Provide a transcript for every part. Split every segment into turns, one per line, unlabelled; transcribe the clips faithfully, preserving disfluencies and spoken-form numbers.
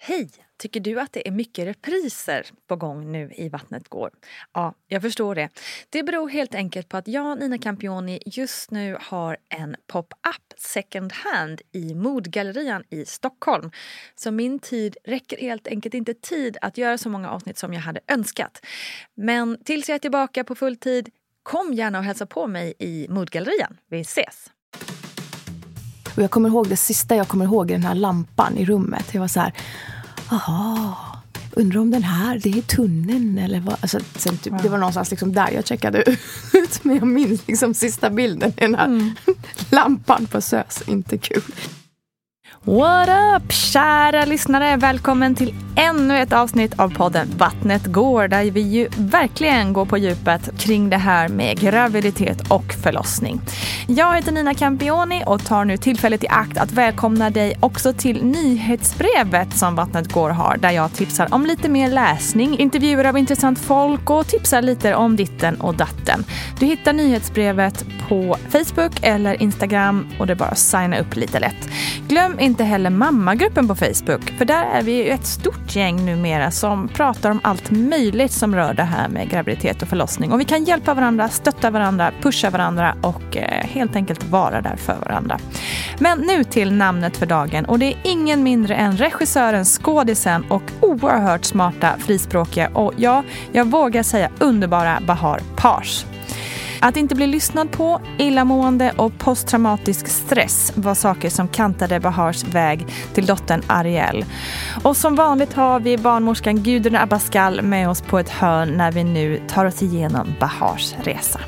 Hej! Tycker du att det är mycket repriser på gång nu i Vattnet går? Ja, jag förstår det. Det beror helt enkelt på att jag, Nina Campioni, just nu har en pop-up second hand i Modgallerian i Stockholm. Så min tid räcker helt enkelt inte tid att göra så många avsnitt som jag hade önskat. Men tills jag är tillbaka på full tid, kom gärna och hälsa på mig i Modgallerian. Vi ses!
Och jag kommer ihåg det sista jag kommer ihåg, den här lampan i rummet. Jag var så här, aha, undrar om den här, det är tunneln eller vad. Alltså, sen, typ, det var någonstans liksom där jag checkade ut. Men jag minns liksom sista bilden, den här mm. lampan på SÖS, inte kul.
What up, kära lyssnare, välkommen till ännu ett avsnitt av podden Vattnet går, där vi ju verkligen går på djupet kring det här med graviditet och förlossning. Jag heter Nina Campioni och tar nu tillfället i akt att välkomna dig också till nyhetsbrevet som Vattnet går har, där jag tipsar om lite mer läsning, intervjuer av intressant folk och tipsar lite om ditten och datten. Du hittar nyhetsbrevet på Facebook eller Instagram och det är bara att signa upp lite lätt. Glöm inte heller mammagruppen på Facebook, för där är vi ju ett stort gäng numera som pratar om allt möjligt som rör det här med graviditet och förlossning. Och vi kan hjälpa varandra, stötta varandra, pusha varandra och eh, helt enkelt vara där för varandra. Men nu till namnet för dagen, och det är ingen mindre än regissören, skådisen och oerhört smarta, frispråkiga och ja, jag vågar säga underbara Bahar Pars. Att inte bli lyssnad på, illamående och posttraumatisk stress var saker som kantade Bahars väg till dottern Ariel. Och som vanligt har vi barnmorskan Gudrun Abascal med oss på ett hörn när vi nu tar oss igenom Bahars resa.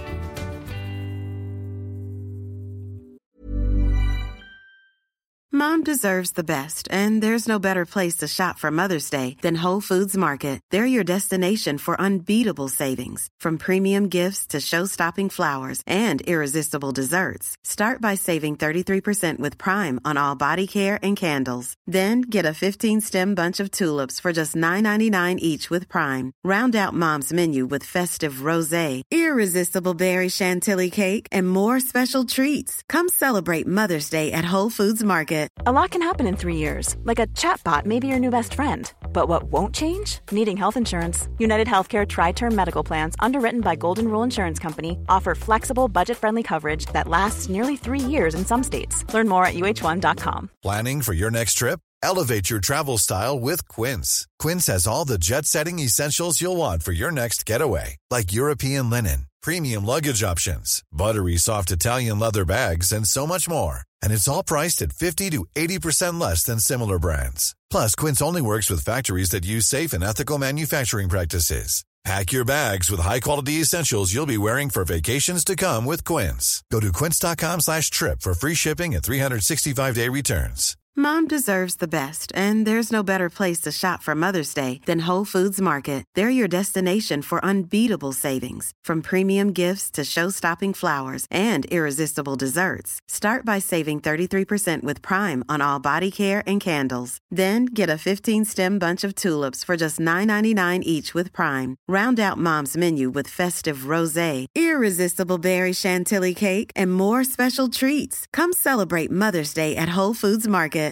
Mom deserves the best, and there's no better place to shop for Mother's Day than Whole Foods Market. They're your destination for unbeatable savings, from premium gifts to show-stopping flowers and irresistible desserts. Start by saving thirty-three percent with Prime on all body care and candles. Then get a fifteen-stem bunch of tulips for just nine ninety-nine each with Prime. Round out Mom's menu with festive rosé, irresistible berry chantilly cake, and more special treats. Come celebrate Mother's Day at Whole Foods Market.
A lot can happen in three years, like a chatbot may be your new best friend. But what won't change? Needing health insurance. United Healthcare Tri-Term Medical Plans, underwritten by Golden Rule Insurance Company, offer flexible, budget-friendly coverage that lasts nearly three years in some states. Learn more at U H one dot com.
Planning for your next trip? Elevate your travel style with Quince. Quince has all the jet-setting essentials you'll want for your next getaway, like European linen, premium luggage options, buttery soft Italian leather bags, and so much more. And it's all priced at fifty to eighty percent less than similar brands. Plus, Quince only works with factories that use safe and ethical manufacturing practices. Pack your bags with high-quality essentials you'll be wearing for vacations to come with Quince. Go to quince.com slash trip for free shipping and three sixty-five day returns.
Mom deserves the best, and there's no better place to shop for Mother's Day than Whole Foods Market. They're your destination for unbeatable savings, from premium gifts to show-stopping flowers and irresistible desserts. Start by saving thirty-three percent with Prime on all body care and candles. Then get a fifteen-stem bunch of tulips for just nine ninety-nine each with Prime. Round out Mom's menu with festive rosé, irresistible berry chantilly cake, and more special treats. Come celebrate Mother's Day at Whole Foods Market.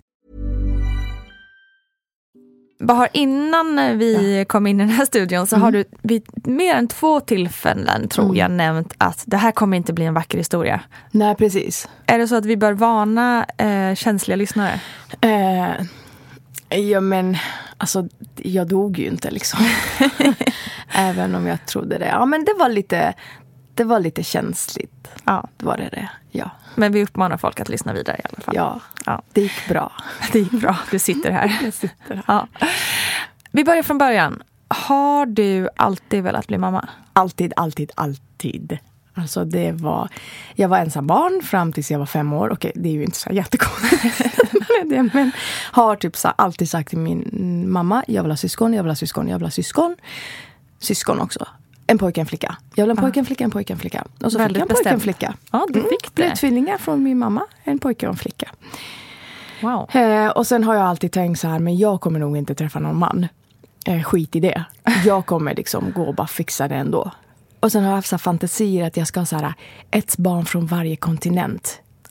Bahar, innan vi ja. kom in i den här studion så mm. har du vid mer än två tillfällen, tror mm. jag, nämnt att det här kommer inte bli en vacker historia.
Nej, precis.
Är det så att vi bör varna eh, känsliga lyssnare?
Eh, ja, men alltså, jag dog ju inte liksom. Även om jag trodde det. Ja, men det var lite, det var lite känsligt.
Ja,
det var det det. Ja.
Men vi uppmanar folk att lyssna vidare i alla fall.
Ja, ja. Det gick bra.
Det gick bra, du sitter här.
Jag sitter här.
Ja. Vi börjar från början. Har du alltid velat bli mamma?
Alltid, alltid, alltid. Alltså det var... Jag var ensam barn fram tills jag var fem år. Okej, det är ju inte så jättekonstigt. Men har typ så alltid sagt till min mamma, jag vill ha syskon, jag vill ha syskon, jag vill ha syskon. Syskon också. En pojke, en flicka. Jag vill en pojke, en flicka, en pojke, en flicka. Och så
väldigt
fick jag en pojke, en flicka.
Ja, du fick det.
Blev tvillingar från min mamma. En pojke och en flicka.
Wow.
Eh, och sen har jag alltid tänkt så här, men jag kommer nog inte träffa någon man. Eh, skit i det. Jag kommer liksom gå och bara fixa det ändå. Och sen har jag haft så här fantasier att jag ska ha så här, ett barn från varje kontinent.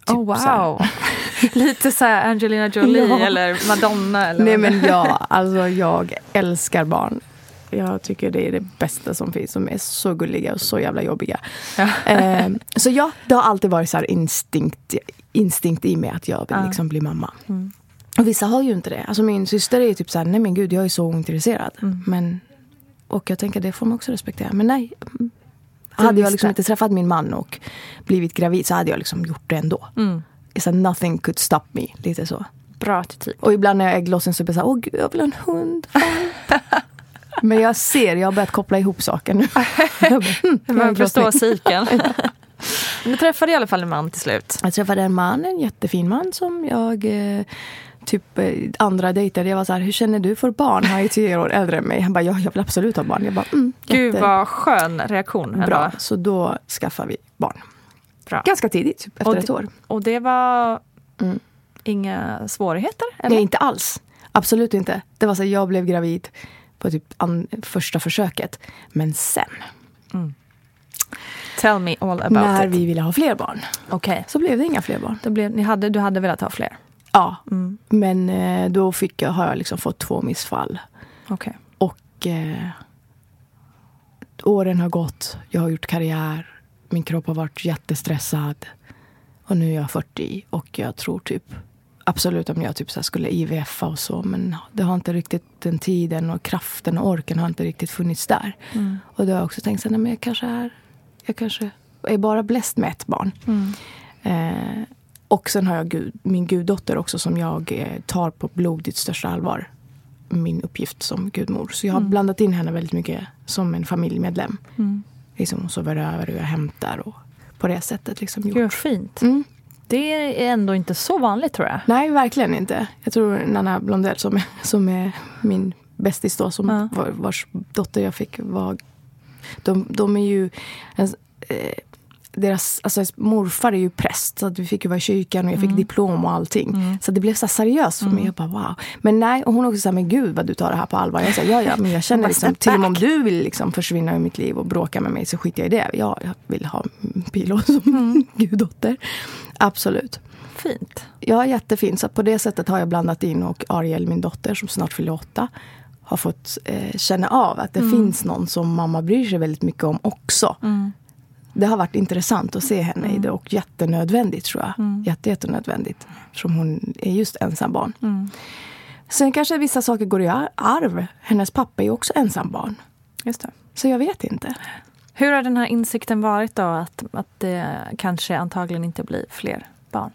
Typ
oh, wow.
så här.
Lite så här Angelina Jolie
Ja.
eller Madonna. Eller
Nej men ja, alltså jag älskar barn. Jag tycker det är det bästa som finns. De är så gulliga och så jävla jobbiga.
Ja.
Eh, så ja, det har alltid varit så här instinkt, instinkt i mig att jag vill
Ja.
liksom bli mamma.
Mm.
Och vissa har ju inte det. Alltså min syster är typ så här, nej men gud, jag är så ointresserad.
Mm.
Men, och jag tänker, det får man också respektera. Men nej, hade jag liksom inte träffat min man och blivit gravid så hade jag liksom gjort det ändå.
Mm.
Så nothing could stop me, lite så.
Bra attityd.
Och ibland när jag är ägglossen så blir jag så här, åh gud, jag vill ha en hund. Men jag ser, jag har börjat koppla ihop saker nu. jag bara, hm, jag
Man förstår
ägglossning.
cykeln. Men du träffade i alla fall en man till slut.
Jag träffade en man, en jättefin man som jag eh, typ eh, andra dejter. Jag var så här, hur känner du för barn? Han är tio år äldre än mig. Han bara, ja, jag vill absolut ha barn. Jag bara, mm,
Gud
jätte-
vad skön reaktion. ändå.
bra. Så då skaffar vi barn.
Bra.
Ganska tidigt, typ, efter
Och
ett
det-
år.
Och det var
Mm.
inga svårigheter? Eller?
Nej, inte alls. Absolut inte. Det var så att jag blev gravid på typ an- första försöket. Men sen,
Tell me all about
när
it.
vi ville ha fler barn,
Okej,
så blev det inga fler barn.
då blev, ni hade, du hade velat ha fler?
Ja,
Mm.
men eh, då fick jag, har jag liksom fått två missfall.
Okej.
Och eh, åren har gått, jag har gjort karriär, min kropp har varit jättestressad. Och nu är jag fyrtio och jag tror typ, absolut om jag typ så här skulle I V F och så, men det har inte riktigt den tiden och kraften och orken har inte riktigt funnits där.
Mm.
Och då har jag också tänkt så här, nej, men jag kanske är, jag kanske är bara bläst med ett barn.
Mm.
Eh, och sen har jag gud, min guddotter också som jag eh, tar på blodigt största allvar. Min uppgift som gudmor. Så jag har
Mm.
blandat in henne väldigt mycket som en familjemedlem.
Mm.
Liksom hon sover över och jag hämtar och på det sättet liksom
Gud vad
gjort.
fint.
Mm.
Det är ändå inte så vanligt tror jag.
Nej, verkligen inte. Jag tror Nanna Blondell som är, som är min bästis då, som
Ja.
var, vars dotter jag fick var... De, de är ju... Eh, deras, alltså morfar är ju präst, så att vi fick ju vara i kyrkan och jag fick
Mm.
diplom och allting.
Mm.
Så det blev så här seriöst för
Mm.
mig. Jag bara, wow. Men nej, och hon också sa, men gud vad du tar det här på allvar. Jag sa, ja, ja, men jag känner
bara,
liksom,
step
till och med om
back.
du vill liksom försvinna ur mitt liv och bråka med mig så skiter jag i det. Ja, jag vill ha Pilo som
Mm.
guddotter. Absolut.
Fint.
Ja, jättefint. Så på det sättet har jag blandat in, och Ariel, min dotter som snart fyller åtta, har fått eh, känna av att det
Mm.
finns någon som mamma bryr sig väldigt mycket om också.
Mm.
Det har varit intressant att se henne i det och jättenödvändigt tror jag.
Mm.
Jätte, jättenödvändigt. Som hon är just ensam barn.
Mm.
Sen kanske vissa saker går i arv. Hennes pappa är ju också ensam barn.
Just det.
Så jag vet inte.
Hur har den här insikten varit då att, att det kanske antagligen inte blir fler barn?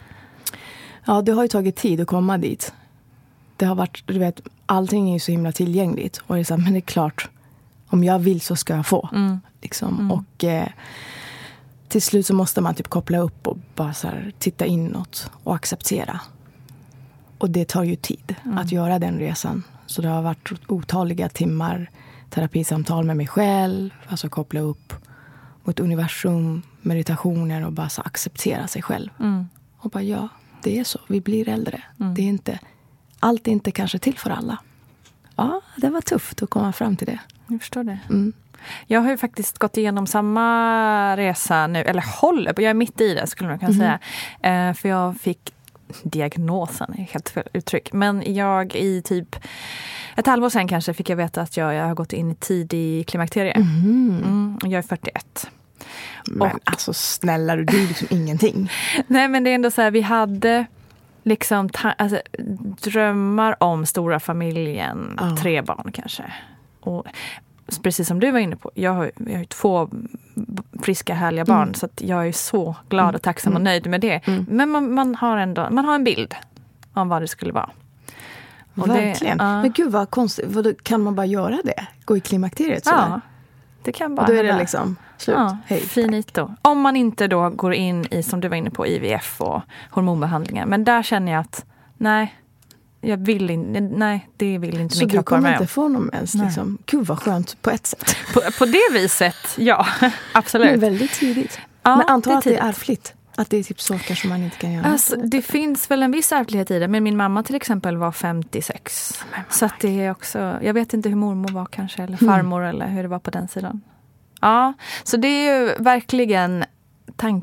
Ja, det har ju tagit tid att komma dit. Det har varit, du vet, allting är ju så himla tillgängligt. Och det är så här, men det är klart, om jag vill så ska jag få.
Mm.
Liksom.
Mm.
Och eh, till slut så måste man typ koppla upp och bara så här, titta inåt och acceptera. Och det tar ju tid
Mm.
att göra den resan. Så det har varit otaliga timmar terapisamtal med mig själv. Alltså koppla upp mot universum, meditationer och bara så acceptera sig själv.
Mm.
Och bara ja, det är så. Vi blir äldre.
Mm.
Det är inte, allt är inte kanske till för alla. Ja, det var tufft att komma fram till det.
Jag förstår det.
Mm.
Jag har ju faktiskt gått igenom samma resa nu, eller håller på, jag är mitt i det skulle man kunna
Mhm.
säga. Eh, för jag fick diagnosen, är helt fel uttryck. Men jag i typ ett halvår sen kanske fick jag veta att jag, jag har gått in i tidig klimakterie.
Mhm.
Mm, och jag är fyrtioett.
Men
Och-
alltså snälla du, det är liksom ingenting.
Nej men det är ändå så här, vi hade liksom ta- alltså, drömmar om stora familjen,
Ja.
tre barn kanske. Och precis som du var inne på, jag har, jag har ju två friska härliga barn
Mm.
så att jag är så glad och tacksam och
Mm.
nöjd med det.
Mm.
Men man, man har ändå man har en bild om vad det skulle vara. Och det-
Verkligen.
ja.
Men gud vad konstigt. Vadå, kan man bara göra det? Gå i klimakteriet sådär?
Ja, det kan bara
Och då är det
hända.
liksom slut.
Ja,
Hej.
finito. Om man inte då går in i, som du var inne på, I V F och hormonbehandlingar. Men där känner jag att nej, jag vill inte, nej, det vill inte
Så
min
du
kropp vara
kommer
med
inte
om.
få någon mens
Nej.
liksom. Gud vad skönt på ett sätt.
På, på det viset, ja,
Men
absolut.
väldigt tidigt.
Ja,
Men antar
det är
att det är
tidigt.
ärftligt. Att det är typ saker som man inte kan göra.
Alltså, det finns väl en viss ärftlighet i det, men min mamma till exempel var femtiosex. Så att det är också, jag vet inte hur mormor var kanske, eller farmor eller hur det var på den sidan. Ja, så det är ju verkligen tank,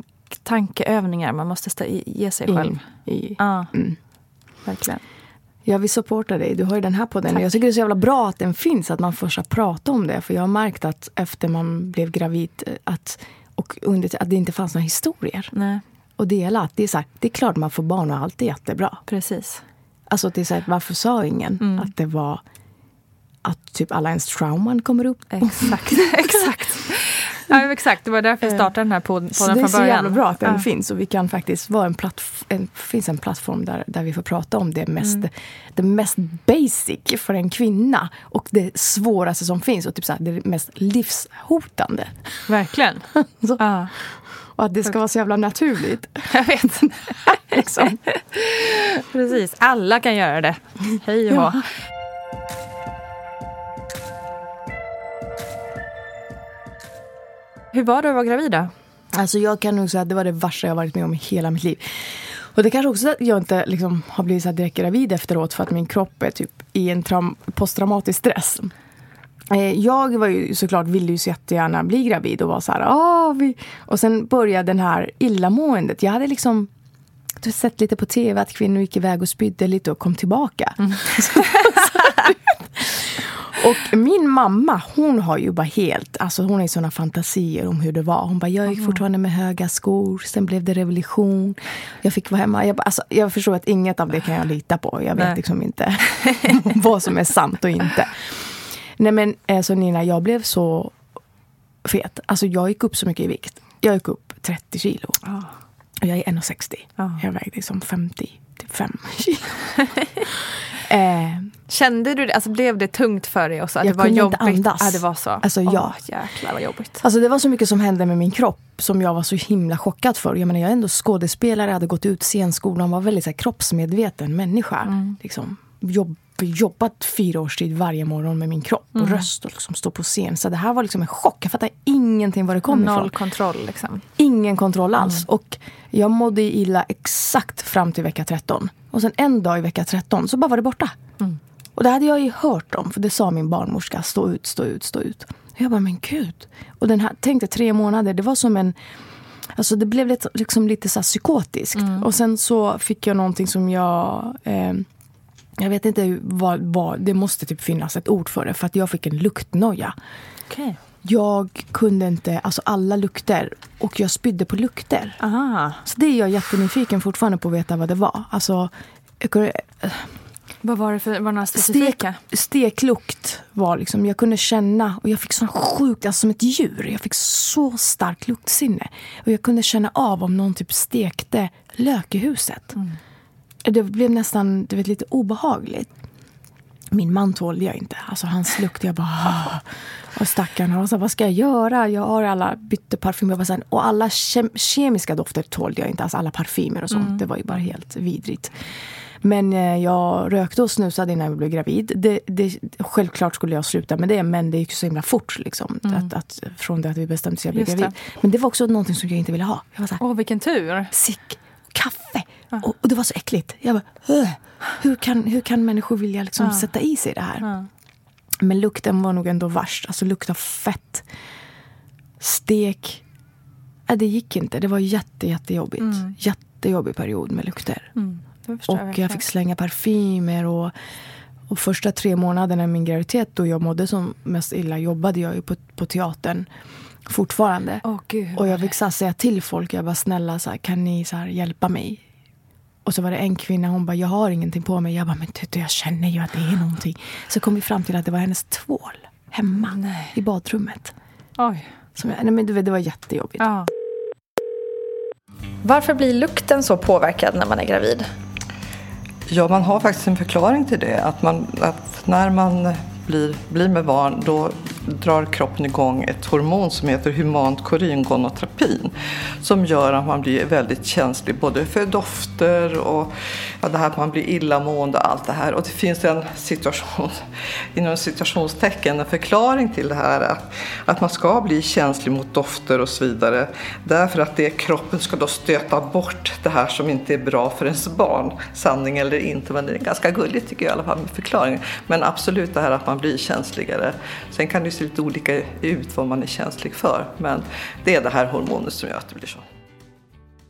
tankeövningar man måste sta- ge sig själv.
In i,
Ja,
mm.
verkligen.
Jag vill supporta dig. Du har ju den här podden. Tack. Jag tycker det är så jävla bra att den finns. Att man får så prata om det. För jag har märkt att efter man blev gravid att, och under, att det inte fanns några historier.
Nej.
Och dela. Att det är så här, det är klart man får barn och allt är jättebra.
Precis.
Alltså det är så här, varför sa ingen
Mm.
att det var att typ alla ens trauman kommer upp?
Exakt, exakt. Ja, exakt. Det var därför jag startade den här podden
Så
från
det är
början.
så jävla bra att den
Ja.
finns. Och vi kan faktiskt vara en plattform, en, finns en plattform där, där vi får prata om det mest,
Mm.
det mest basic för en kvinna. Och det svåraste som finns. Och typ så här, det mest livshotande.
Verkligen.
Så,
Ja.
och att det ska vara så jävla naturligt.
Jag vet.
liksom.
Precis. Alla kan göra det. Hej och hå.
Ja.
Hur var det att vara gravid då?
Alltså jag kan nog säga att det var det värsta jag varit med om i hela mitt liv. Och det kanske också att jag inte liksom har blivit så här direkt gravid efteråt för att min kropp är typ i en traum- posttraumatisk stress. Eh, jag var ju såklart, ville ju så jättegärna bli gravid och var så här, ah, vi... och sen började den här illamåendet. Jag hade liksom du har sett lite på tv att kvinnor gick iväg och spydde lite och kom tillbaka. Mm. Och min mamma, hon har ju bara helt, alltså hon har ju såna fantasier om hur det var. Hon bara, jag gick fortfarande med höga skor, sen blev det revolution. Jag fick vara hemma. Jag, bara, alltså, jag förstår att inget av det kan jag lita på. Jag vet Nej. liksom inte vad som är sant och inte. Nej men, alltså Nina, jag blev så fet. Alltså jag gick upp så mycket i vikt. Jag gick upp trettio kilo.
Oh.
Och jag är en komma sextio.
Oh.
Jag vägde som femtiofem kilo. eh,
Kände du det? Alltså blev det tungt för dig också? Att
jag
det var
kunde
jobbigt?
inte andas.
Ja, det var så.
Alltså,
Åh,
ja.
Jäklar vad jobbigt.
Alltså det var så mycket som hände med min kropp som jag var så himla chockad för. Jag menar, jag är ändå skådespelare, hade gått ut scenskolan, var väldigt så här, kroppsmedveten människa. Mm. Liksom, jobb, jobbat fyra års tid varje morgon med min kropp och mm. röst och liksom stå på scen. Så det här var liksom en chock. Jag fattade ingenting var det kom ifrån.
Noll kontroll liksom.
Ingen kontroll alls. Mm. Och jag mådde illa exakt fram till vecka tretton. Och sen en dag i vecka tretton så bara var det borta. Mm. Och det hade jag ju hört om. För det sa min barnmorska. Stå ut, stå ut, stå ut. Och jag bara, men gud. Och den här, tänkte tre månader. Det var som en... Alltså det blev lite, liksom lite så här psykotiskt. Mm. Och sen så fick jag någonting som jag... Eh, jag vet inte vad, vad... Det måste typ finnas ett ord för det. För att jag fick en luktnoja.
Okej. Okay.
Jag kunde inte... Alltså alla lukter. Och jag spydde på lukter.
Aha.
Så det är jag jättenyfiken fortfarande på att veta vad det var. Alltså... Jag kunde, eh,
Vad var det för var några specifika?
Stek, steklukt var liksom, jag kunde känna och jag fick sån sjukt, alltså som ett djur. Jag fick så stark luktsinne. Och jag kunde känna av om någon typ stekte lök i huset. Mm. Det blev nästan, du vet, lite obehagligt. Min man tålde jag inte. Alltså hans lukt, jag bara... Och stackarna, och så vad ska jag göra? Jag har alla bytte parfymer. Och alla kem- kemiska dofter tålde jag inte. Alltså alla parfymer och sånt. Mm. Det var ju bara helt vidrigt. Men eh, jag rökte och snusade innan jag blev gravid. Det, det, självklart skulle jag sluta med det. Men det gick så himla fort liksom. Mm. Att, att, från det att vi bestämde sig att jag blev gravid. Men det var också någonting som jag inte ville ha. Jag var så här,
åh, vilken tur.
Sick. Kaffe. Ah. Och, och det var så äckligt. Jag bara, hur kan, hur kan människor vilja liksom ah. sätta i sig det här? Ah. Men lukten var nog ändå värst. Alltså lukta fett. Stek. Äh, det gick inte. Det var jätte, jättejobbigt. Mm. Jättejobbig period med lukter. Mm. Och jag, jag fick slänga parfymer. Och, och första tre månaderna i min graviditet då jag mådde som mest illa jobbade jag ju på, på teatern. Fortfarande.
Oh, Gud.
Och jag fick så här, säga till folk. Jag bara, snälla, så här, kan ni så här, hjälpa mig? Och så var det en kvinna, hon bara, jag har ingenting på mig. Jag bara, men titta, jag känner ju att det är någonting. Så kom vi fram till att det var hennes tvål hemma nej. I badrummet.
Oj.
Som jag, nej, men det, det var jättejobbigt.
Ja.
Varför blir lukten så påverkad när man är gravid?
Ja, man har faktiskt en förklaring till det. Att, man, att när man blir, blir med barn, då drar kroppen igång ett hormon som heter humant koringonotropin, som gör att man blir väldigt känslig både för dofter och ja, det här att man blir illamående och allt det här. Och det finns en situation, inom situationstecken, en förklaring till det här att, att man ska bli känslig mot dofter och så vidare, därför att det kroppen ska då stöta bort det här som inte är bra för ens barn, sanning eller inte, men det är ganska gulligt tycker jag i alla fall med förklaringen. Men absolut det här att man blir känsligare. Sen kan det se lite olika ut vad man är känslig för, men det är det här hormonet som gör att det blir så.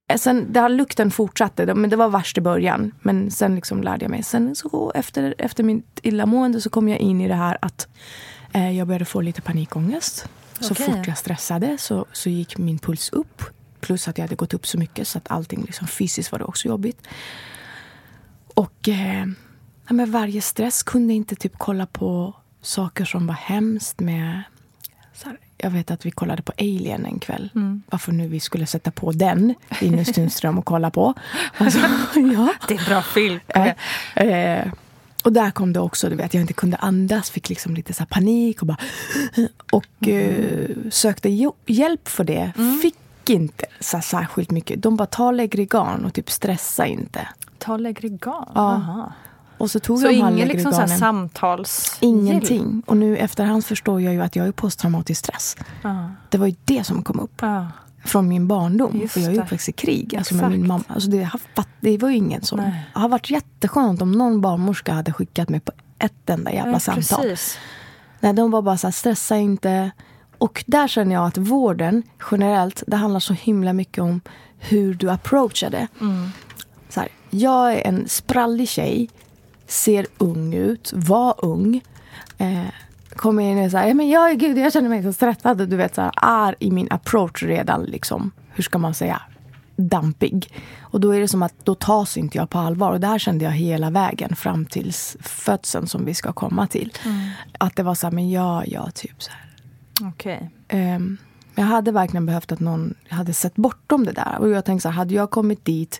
Sen, det här lukten fortsatte, men det var värst i början. Men sen liksom lärde jag mig. Sen så efter, efter mitt illamående så kom jag in i det här att eh, jag började få lite panikångest. Så
Okay. fort
jag stressade så, så gick min puls upp. Plus att jag hade gått upp så mycket så att allting liksom fysiskt var det också jobbigt. Och eh, ja, med varje stress kunde inte typ kolla på saker som var hemskt med... Så här, jag vet att vi kollade på Alien en kväll. Mm. Varför nu vi skulle sätta på den in i Stunström och kolla på. Alltså, ja.
Det är en bra film.
Eh, eh, och där kom det också, du vet, jag inte kunde andas. Fick liksom lite så här panik och bara... Och mm. eh, sökte jo- hjälp för det. Mm. Fick inte så särskilt mycket. De bara, ta Legrigan och typ stressa inte.
Ta Legrigan?
Ja.
Aha.
Och så tog
så
de
ingen liksom så här samtals...
Ingenting. Och nu efterhand förstår jag ju att jag är posttraumatisk stress.
Uh.
Det var ju det som kom upp.
Uh.
Från min barndom.
Just
för jag är uppväxt i krig. Alltså med min mamma. Alltså det, har, det var ju ingen som... Nej. Det har varit jätteskönt om någon barnmorska hade skickat mig på ett enda jävla ja, samtal.
Precis.
Nej, de var bara så här, stressa inte. Och där känner jag att vården generellt, det handlar så himla mycket om hur du approachar det. Mm. Så här, jag är en sprallig tjej. Ser ung ut, var ung. Eh, kommer in och säger, men jag, gud, jag känner mig så stressad. Du vet, så här, är i min approach redan liksom, hur ska man säga, dampig. Och då är det som att då tas inte jag på allvar. Och där kände jag hela vägen fram till födseln som vi ska komma till. Mm. Att det var så här, men ja, ja, typ så här.
Okej.
Okay. Eh, jag hade verkligen behövt att någon hade sett bortom det där. Och jag tänkte så här, hade jag kommit dit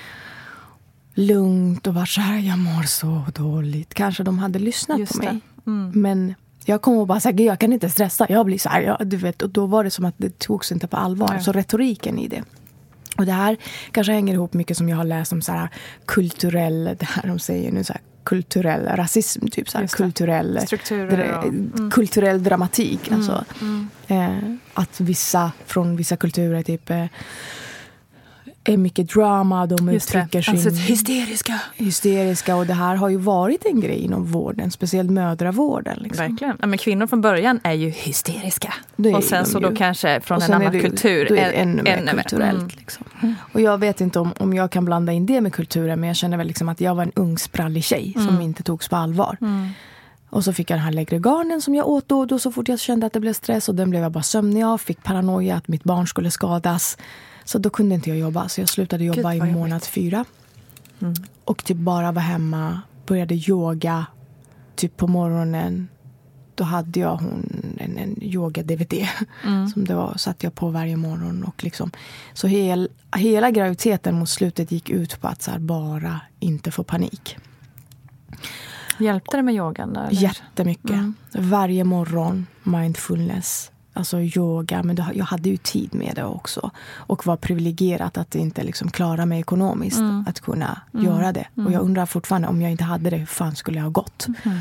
lugnt och var så här, jag mår så dåligt. Kanske de hade lyssnat Just på mig. Mm. Men jag kom och bara säga, jag kan inte stressa. Jag blir så här, jag, du vet. Och då var det som att det togs inte på allvar. Nej. Så retoriken i det. Och det här kanske hänger ihop mycket som jag har läst om så här kulturell, det här de säger nu så här, kulturell rasism, typ så här, kulturell, dra, mm. kulturell dramatik. Mm. Alltså, mm. Eh, att vissa, från vissa kulturer typ... Eh, är mycket drama, de
Just
uttrycker sin
alltså hysteriska.
hysteriska och det här har ju varit en grej inom vården, speciellt mödravården liksom.
Verkligen. Ja, men kvinnor från början är ju hysteriska.
Det
och sen så ju. Då kanske från en annan
det,
kultur
då är det ännu mer
ännu
kulturellt
mm.
liksom. Mm. Och jag vet inte om, om jag kan blanda in det med kulturen, men jag känner väl liksom att jag var en ung sprallig tjej mm. som inte togs på allvar. Mm. Och så fick jag den här Legriganen som jag åt då och då så fort jag kände att det blev stress, och den blev jag bara sömnig av, fick paranoia att mitt barn skulle skadas. Så då kunde inte jag jobba. Så jag slutade jobba Gud, i månad fyra. Mm. Och typ bara var hemma. Började yoga. Typ på morgonen. Då hade jag hon, en, en yoga-D V D. Mm. Som det var, satt jag på varje morgon. Och liksom, så hel, hela graviditeten mot slutet gick ut på att så här, bara inte få panik.
Hjälpte det med yogan där? Eller?
Jättemycket. Mm. Varje morgon mindfulness. Alltså yoga, men jag hade ju tid med det också. Och var privilegierat att inte liksom klara mig ekonomiskt. Mm. Att kunna mm. göra det. Mm. Och jag undrar fortfarande, om jag inte hade det, hur fan skulle jag ha gått?
Mm.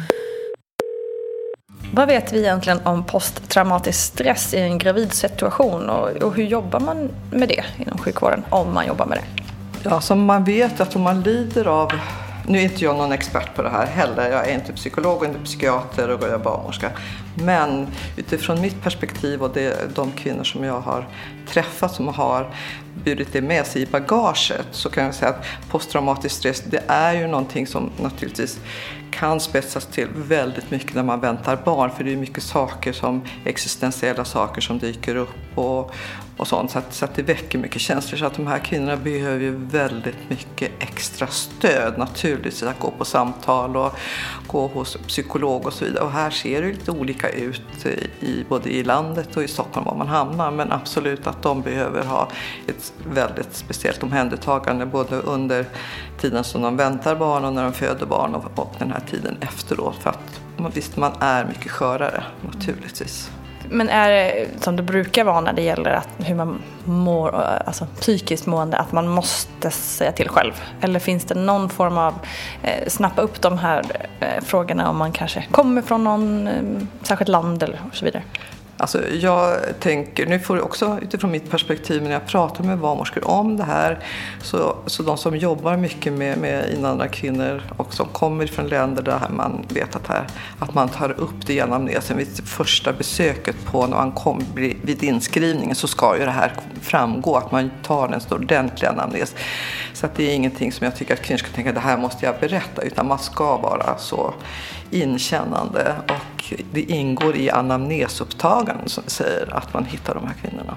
Vad vet vi egentligen om posttraumatisk stress i en gravid situation? Och, och hur jobbar man med det inom sjukvården, om man jobbar med det?
Ja, så man vet att om man lider av... Nu är inte jag någon expert på det här heller. Jag är inte psykolog och inte psykiater och jag är barnmorska. Men utifrån mitt perspektiv och det, de kvinnor som jag har träffat som har burit det med sig i bagaget, så kan jag säga att posttraumatisk stress, det är ju någonting som naturligtvis kan spetsas till väldigt mycket när man väntar barn. För det är mycket saker som existentiella saker som dyker upp och, och sånt. Så att, så att det väcker mycket känslor. Så att de här kvinnorna behöver ju väldigt mycket extra stöd naturligtvis. Att gå på samtal och gå hos psykolog och så vidare. Och här ser det lite olika ut i, både i landet och i Stockholm var man hamnar. Men absolut att de behöver ha ett väldigt speciellt omhändertagande både under tiden som de väntar barn och när de föder barn och, och den här tiden efteråt. För att man, visst, man är mycket skörare naturligtvis.
Men är det som det brukar vara när det gäller att hur man mår, alltså psykiskt mående, att man måste säga till själv? Eller finns det någon form av eh, snappa upp de här eh, frågorna om man kanske kommer från någon eh, särskilt land eller så vidare?
Alltså jag tänker, nu får jag också utifrån mitt perspektiv när jag pratar med barnmorskor om det här, så, så de som jobbar mycket med, med invandrarkvinnor och som kommer från länder där man vet att, här, att man tar upp det i anamnesen vid första besöket på när man kommer vid inskrivningen, så ska ju det här framgå att man tar en stor ordentlig anamnes. Så att det är ingenting som jag tycker att kvinnor ska tänka, det här måste jag berätta, utan man ska vara så inkännande, och det ingår i anamnesupptaganden som säger att man hittar de här kvinnorna.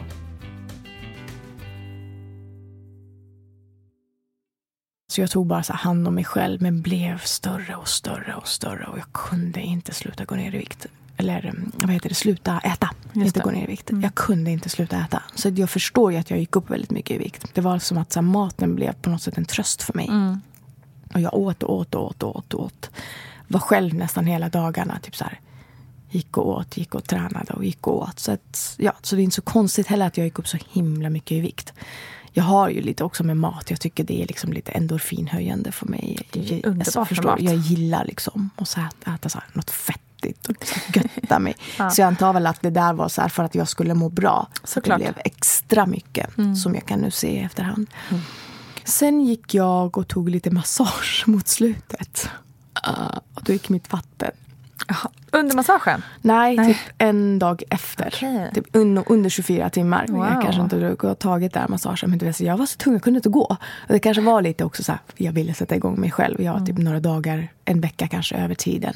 Så jag tog bara så hand om mig själv, men blev större och större och större, och jag kunde inte sluta gå ner i vikt. Eller vad heter det, sluta äta, inte gå ner i vikt. Mm. Jag kunde inte sluta äta. Så jag förstår ju att jag gick upp väldigt mycket i vikt. Det var som att så här, maten blev på något sätt en tröst för mig. Mm. Och jag åt och åt och åt och åt och åt. Var själv nästan hela dagarna, typ så här. Gick och åt, gick och tränade och gick och åt. Så, att, ja, så det är inte så konstigt heller att jag gick upp så himla mycket i vikt. Jag har ju lite också med mat. Jag tycker det är liksom lite endorfinhöjande för mig. Jag, alltså, förstår, jag gillar liksom att så äta, äta så här, något fettigt och så götta mig. Ja. Så jag antar väl att det där var så här för att jag skulle må bra. Så det blev extra mycket mm. som jag kan nu se i efterhand. Mm. Sen gick jag och tog lite massage mot slutet. Uh, och då gick mitt vatten.
Aha. Under massagen?
Nej, Nej, typ en dag efter.
Okay.
Typ un- under tjugofyra timmar.
Wow.
Jag kanske inte har tagit där massagen. Men det, jag var så tung, jag kunde inte gå. Och det kanske var lite också så här, jag ville sätta igång mig själv. Jag har mm. typ några dagar, en vecka kanske över tiden.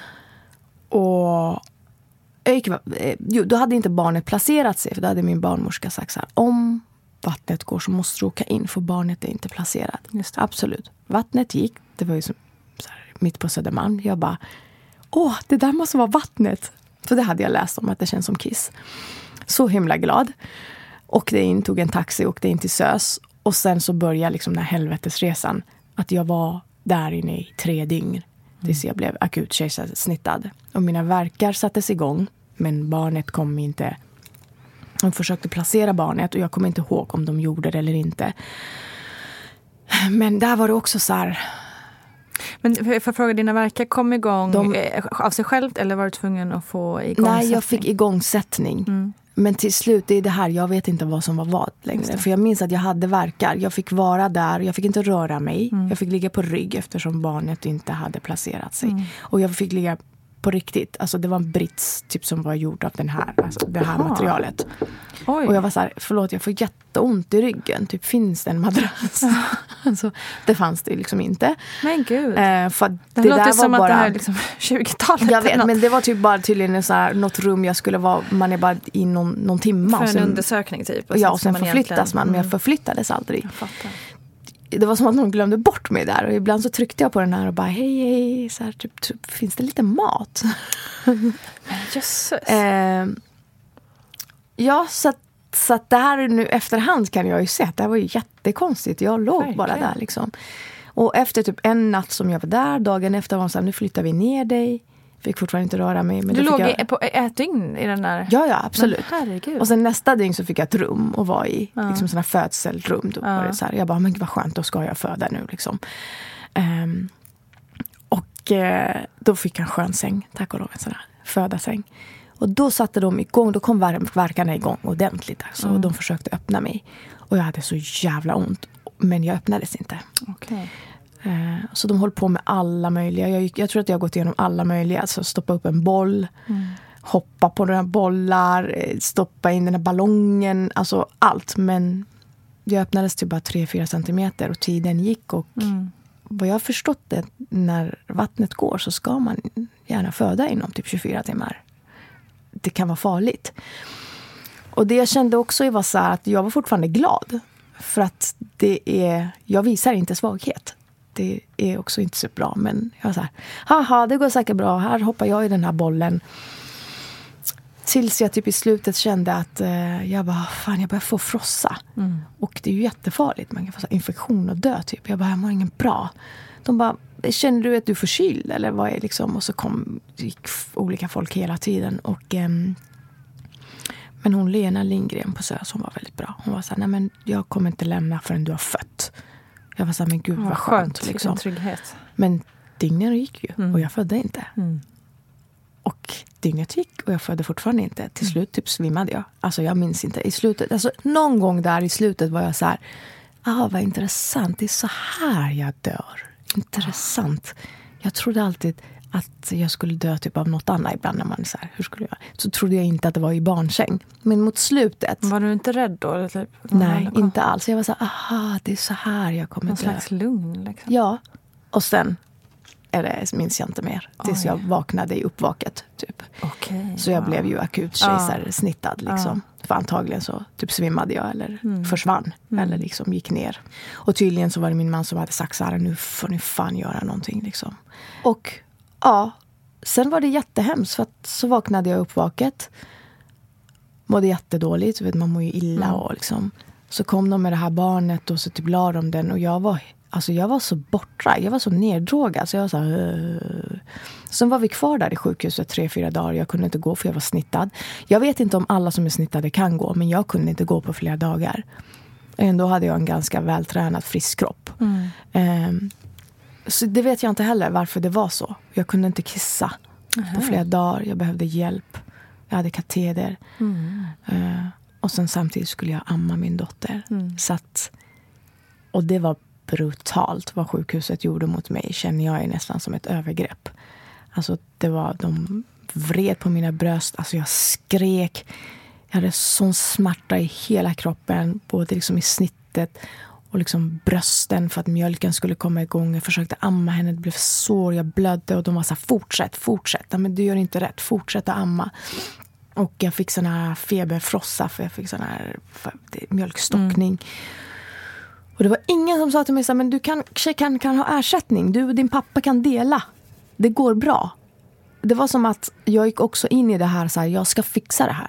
Och jag gick, jo, då hade inte barnet placerat sig. För då hade min barnmorska sagt så här, om vattnet går så måste du åka in, för barnet är inte placerat. Just det. Absolut. Vattnet gick, det var ju som, så här, mitt på Södermalm. Jag bara, åh, det där måste vara vattnet. För det hade jag läst om, att det känns som kiss. Så himla glad. Och det in, tog en taxi och åkte in till Sös. Och sen så började liksom den här helvetesresan. Att jag var där inne i tre dygn. Tills jag blev akut kejsarsnittad. Och mina verkar sattes igång. Men barnet kom inte. De försökte placera barnet. Och jag kommer inte ihåg om de gjorde det eller inte. Men där var det också så här.
Men för att fråga, dina verkar kom igång de, av sig själv, eller var du tvungen att få igångsättning?
Nej, jag fick igångsättning. Mm. Men till slut, det är det här, jag vet inte vad som var vad längre. För jag minns att jag hade verkar. Jag fick vara där, jag fick inte röra mig. Mm. Jag fick ligga på rygg eftersom barnet inte hade placerat sig. Mm. Och jag fick ligga på riktigt. Alltså det var en brits typ som var gjord av den här, alltså det här Aha. materialet. Oj. Och jag var så här, förlåt, jag får jätteont i ryggen. Typ, finns det en madrass? Alltså, det fanns det liksom inte.
Men gud.
Eh, för det,
det
där
låter
var
som
bara,
att det här är liksom tjugotalet.
Jag vet, men det var typ bara tydligen så här, något rum jag skulle vara, man är bara i någon, någon timme.
För en
sen,
undersökning typ.
Och ja, och sen man förflyttas egentligen. man, men jag förflyttades aldrig. Jag fattar. Det var som att någon glömde bort mig där. Och ibland så tryckte jag på den här och bara, hej, hej, så här, typ, typ, finns det lite mat?
Jösses.
eh, ja, så att, så att det här nu efterhand kan jag ju se att det här var ju jättekonstigt. Jag låg Verkligen. bara där liksom. Och efter typ en natt som jag var där, dagen efter var hon så här, nu flyttar vi ner dig. Fick fortfarande inte röra mig. Men
du låg
jag...
i, på ett dygn i den där?
Ja, ja, absolut.
Herregud.
Och sen nästa dygn så fick jag ett rum och var i ja. liksom sådana födselrum. Då ja. var det så här, jag bara, men vad skönt, då ska jag föda nu liksom. Um, och uh, då fick jag en skön säng, tack och lov, en sån här födarsäng. Och då satte de igång, då kom verkarna igång ordentligt. Alltså, mm. och de försökte öppna mig. Och jag hade så jävla ont. Men jag öppnades inte.
Okej.
Uh, så de höll på med alla möjliga. Jag, jag tror att jag har gått igenom alla möjliga. Alltså stoppa upp en boll. Mm. Hoppa på några bollar. Stoppa in den här ballongen. Alltså allt. Men jag öppnades till bara tre fyra centimeter. Och tiden gick. Och mm. vad jag har förstått det, när vattnet går så ska man gärna föda inom typ tjugofyra timmar. Det kan vara farligt. Och det jag kände också var så här att jag var fortfarande glad. För att det är, jag visar inte svaghet. Det är också inte så bra. Men jag var så här, haha, det går säkert bra. Här hoppar jag i den här bollen. Tills jag typ i slutet kände att eh, jag bara, fan, jag börjar få frossa. Mm. Och det är ju jättefarligt. Man kan få så här infektion och dö typ. Jag bara, jag mår ingen bra. De bara, känner du att du är förkyld? Eller vad är liksom? Och så kom gick olika folk hela tiden. Och... Ehm, men hon Lena Lindgren på Sös, hon var väldigt bra. Hon var så här, nej men jag kommer inte lämna förrän du har fött. Jag var så här, men gud vad, vad skönt. skönt liksom.
Trygghet.
Men dygnen gick ju mm. och jag födde inte.
Mm.
Och dygnet gick och jag födde fortfarande inte. Till slut typ svimmade jag. Alltså jag minns inte. I slutet, alltså någon gång där i slutet var jag så här, ah, vad intressant. Det är så här jag dör. Intressant. Jag trodde alltid att jag skulle dö typ av något annat ibland när man så här, hur skulle jag? Så trodde jag inte att det var i barnsäng. Men mot slutet.
Var du inte rädd då? Typ?
Nej, inte alls. Jag var så här, aha, det är så här jag kommer
någon
dö.
slags lugn liksom.
Ja, och sen eller minns jag inte mer. Tills
Oj.
jag vaknade i uppvaket typ.
Okay,
så jag
wow.
blev ju akut kejsarsnittad liksom. Ja. För antagligen så typ svimmade jag eller mm. försvann. Mm. Eller liksom gick ner. Och tydligen så var det min man som hade sagt så här, nu får ni fan göra någonting liksom. Och ja, sen var det jättehemskt för att så vaknade jag uppvaket. Mådde jättedåligt, vet, man mår ju illa mm. och liksom. Så kom de med det här barnet och så typ la de den och jag var, alltså jag var så borta, jag var så neddrogad så jag var så här, uh. Sen var vi kvar där i sjukhuset tre, fyra dagar, jag kunde inte gå för jag var snittad. Jag vet inte om alla som är snittade kan gå, men jag kunde inte gå på flera dagar. Ändå hade jag en ganska vältränad frisk kropp. Mm. Um, så det vet jag inte heller varför det var så. Jag kunde inte kissa uh-huh. på flera dagar, jag behövde hjälp. Jag hade kateder. Mm. Uh, och sen samtidigt skulle jag amma min dotter. Mm. Så att, och det var brutalt vad sjukhuset gjorde mot mig. Känner jag är nästan som ett övergrepp. Alltså det var, de vred på mina bröst. Alltså jag skrek. Jag hade sån smärta i hela kroppen. Både liksom i snittet och liksom brösten för att mjölken skulle komma igång. Jag försökte amma henne, det blev sår, jag blödde och de var så här, fortsätt, fortsätt. Ja, men du gör inte rätt, fortsätt att amma. Och jag fick sån här feberfrossa för jag fick sån här mjölkstockning. Mm. Och det var ingen som sa till mig så här, men du kan, kan, kan ha ersättning. Du och din pappa kan dela. Det går bra. Det var som att jag gick också in i det här så här, jag ska fixa det här.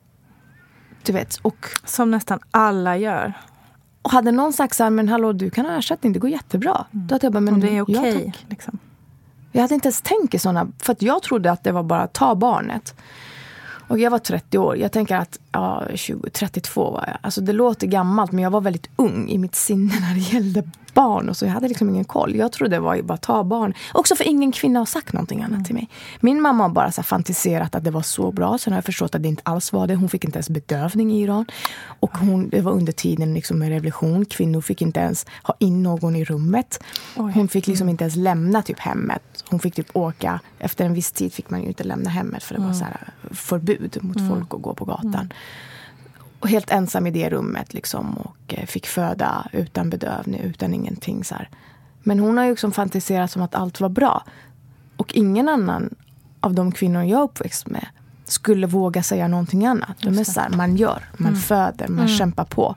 Du vet. Och,
som nästan alla gör.
Och hade någon sagt så här, men hallå, du kan ha ersättning, det går jättebra. Mm. Då hade jag bara, men
och det är okej. Okay,
ja,
liksom.
Jag hade inte ens tänkt i sådana, för att jag trodde att det var bara att ta barnet. Och jag var trettio år. Jag tänker att ja, tjugo, trettiotvå var jag. Alltså det låter gammalt, men jag var väldigt ung i mitt sinne när det gällde barn. Och så jag hade liksom ingen koll. Jag trodde det var ju bara ta barn. Också för ingen kvinna har sagt någonting annat mm. till mig. Min mamma har bara så här fantiserat att det var så bra. Sen har jag förstått att det inte alls var det. Hon fick inte ens bedövning i Iran. Och hon, det var under tiden liksom med revolution. Kvinnor fick inte ens ha in någon i rummet. Oj. Hon fick liksom inte ens lämna typ hemmet. Hon fick typ åka. Efter en viss tid fick man ju inte lämna hemmet. För det mm. var så här förbud mot mm. folk att gå på gatan. Mm. Och helt ensam i det rummet liksom. Och eh, fick föda utan bedövning, utan ingenting så här. Men hon har ju liksom fantiserat som att allt var bra. Och ingen annan av de kvinnor jag uppväxt med skulle våga säga någonting annat. De är så här, man gör, man mm. föder, man mm. kämpar på.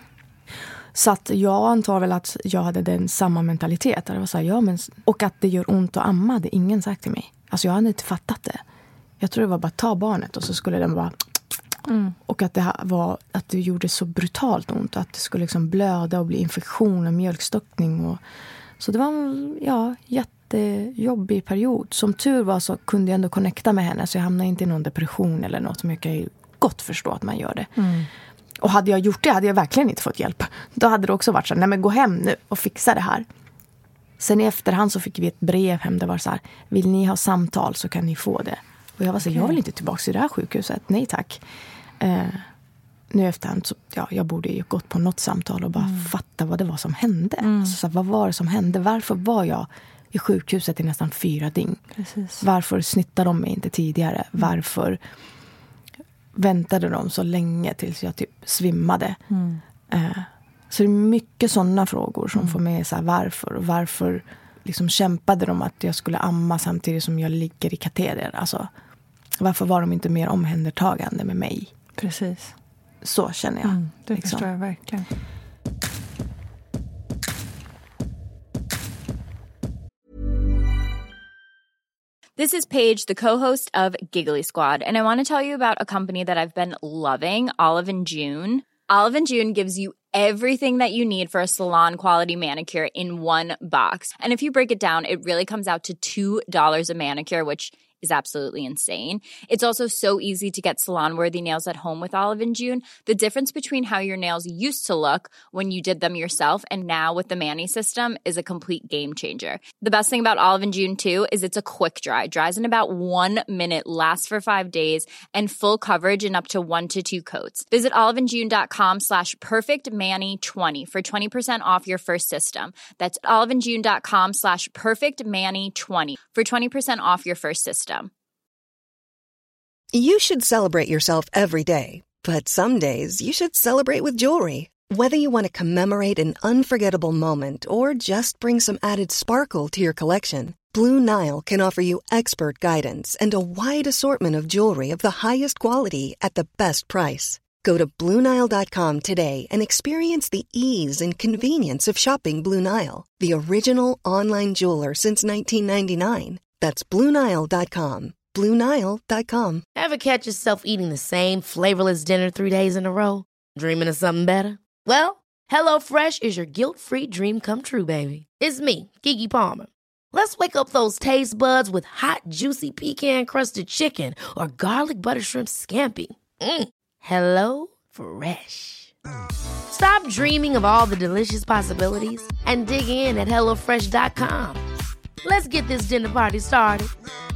Så att jag antar väl att jag hade den samma mentalitet. Det var så här, ja, men, och att det gör ont att amma, det ingen sagt till mig. Alltså jag hade inte fattat det. Jag tror det var bara ta barnet och så skulle den bara... Mm. Och att det här var att det gjorde så brutalt ont. Att det skulle liksom blöda och bli infektion och mjölkstockning. Och, så det var en ja, jättejobbig period. Som tur var så kunde jag ändå connecta med henne. Så jag hamnade inte i någon depression eller något. Som jag kan ju gott förstå att man gör det. Mm. Och hade jag gjort det hade jag verkligen inte fått hjälp. Då hade det också varit så här, nej men gå hem nu och fixa det här. Sen i efterhand så fick vi ett brev hem. Det var så här, vill ni ha samtal så kan ni få det. Och jag var så, okay. jag vill inte tillbaka till det här sjukhuset. Nej tack. Eh, nu efterhand så, ja, jag borde ju gått på något samtal och bara mm. fatta vad det var som hände. Mm. Alltså, så, vad var det som hände? Varför var jag i sjukhuset i nästan fyra dygn?
Precis.
Varför snittade de mig inte tidigare? Mm. Varför väntade de så länge tills jag typ svimmade? Mm. Eh, så det är mycket sådana frågor som mm. får mig så här, varför? Och varför liksom kämpade de att jag skulle amma samtidigt som jag ligger i kateder? Alltså, varför var de inte mer omhändertagande med mig?
Precis.
Så känner jag.
Mm, det
liksom.
förstår jag verkligen.
This is Paige, the co-host of Giggly Squad, and I want to tell you about a company that I've been loving, Olive and June. Olive and June gives you everything that you need for a salon-quality manicure in one box. And if you break it down, it really comes out to two dollars a manicure, which is absolutely insane. It's also so easy to get salon-worthy nails at home with Olive and June. The difference between how your nails used to look when you did them yourself and now with the Mani system is a complete game changer. The best thing about Olive and June too is it's a quick dry. Dries in about one minute, lasts for five days, and full coverage in up to one to two coats. Visit oliveandjune.com slash perfectmani20 for twenty percent off your first system. That's oliveandjune.com slash perfectmani20 for twenty percent off your first system.
You should celebrate yourself every day, but some days you should celebrate with jewelry. Whether you want to commemorate an unforgettable moment or just bring some added sparkle to your collection, Blue Nile can offer you expert guidance and a wide assortment of jewelry of the highest quality at the best price. Go to blue nile dot com today and experience the ease and convenience of shopping Blue Nile, the original online jeweler since nineteen ninety-nine. That's blue nile dot com. blue nile dot com.
Ever catch yourself eating the same flavorless dinner three days in a row? Dreaming of something better? Well, HelloFresh is your guilt-free dream come true, baby. It's me, Keke Palmer. Let's wake up those taste buds with hot, juicy pecan-crusted chicken or garlic butter shrimp scampi. Mm. Hello Fresh. Stop dreaming of all the delicious possibilities and dig in at hello fresh dot com. Let's get this dinner party started.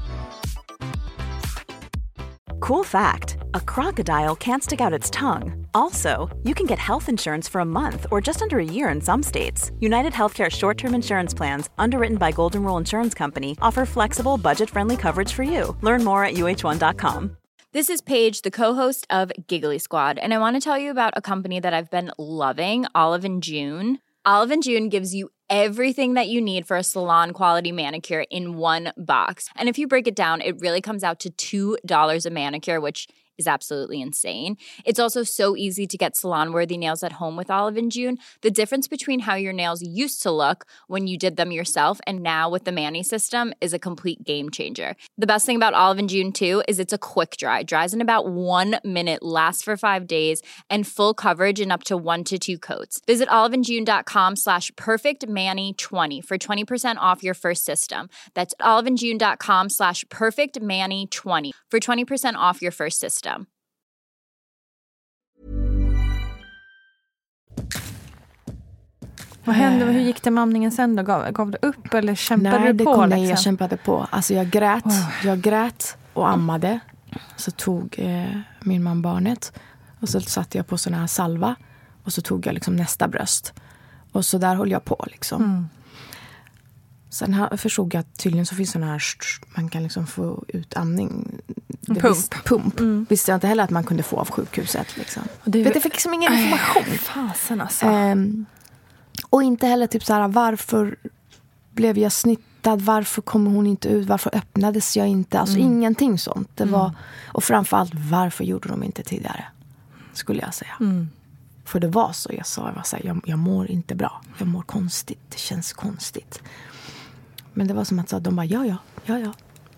Cool fact, a crocodile can't stick out its tongue. Also, you can get health insurance for a month or just under a year in some states. United Healthcare short-term insurance plans, underwritten by Golden Rule Insurance Company, offer flexible, budget-friendly coverage for you. Learn more at U H one dot com.
This is Paige, the co-host of Giggly Squad, and I want to tell you about a company that I've been loving, Olive and June. Olive and June gives you everything that you need for a salon-quality manicure in one box. And if you break it down, it really comes out to two dollars a manicure, which is absolutely insane. It's also so easy to get salon-worthy nails at home with Olive and June. The difference between how your nails used to look when you did them yourself and now with the Mani system is a complete game changer. The best thing about Olive and June too is it's a quick dry. Dries in about one minute, lasts for five days, and full coverage in up to one to two coats. Visit oliveandjune.com slash perfectmani20 for twenty percent off your first system. That's oliveandjune.com slash perfectmani20 for twenty percent off your first system.
Vad hände? Hur gick det med amningen sen då? Gav, gav du upp eller kämpade
nej,
du på?
Nej, det kom
liksom?
jag kämpade på. Alltså jag grät, oh. jag grät och ammade. Så tog eh, min man barnet och så satte jag på sån här salva och så tog jag liksom nästa bröst. Och så där höll jag på liksom. Mm. Sen här förstod jag att tydligen så finns sån här, man kan liksom få ut amning.
Pump.
Visst, pump. Mm. Visste jag inte heller att man kunde få av sjukhuset. Liksom.
Och det,
Vet, jag fick liksom ingen information.
Äh, fasen alltså.
Um, och inte heller typ så här, varför blev jag snittad? Varför kommer hon inte ut? Varför öppnades jag inte? Alltså mm. ingenting sånt. Det var, mm. Och framförallt, varför gjorde de inte tidigare? Skulle jag säga. Mm. För det var så, jag sa, jag, var så här, jag, jag mår inte bra. Jag mår konstigt. Det känns konstigt. Men det var som att så, de bara, ja, ja, ja, ja.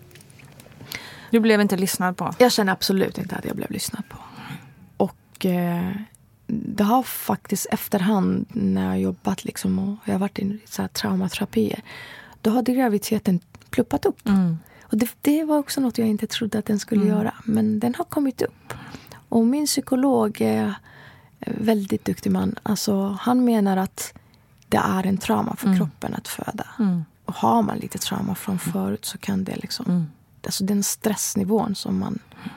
Du blev inte lyssnad på?
Jag känner absolut inte att jag blev lyssnad på. Och eh, det har faktiskt efterhand när jag jobbat liksom och jag har varit i så här traumaterapier, då har graviditeten pluppat upp. Mm. Och det, det var också något jag inte trodde att den skulle mm. göra. Men den har kommit upp. Och min psykolog är väldigt duktig man. Alltså, han menar att det är en trauma för mm. kroppen att föda. Mm. Och har man lite trauma från förut så kan det liksom... Mm. Alltså den stressnivån som man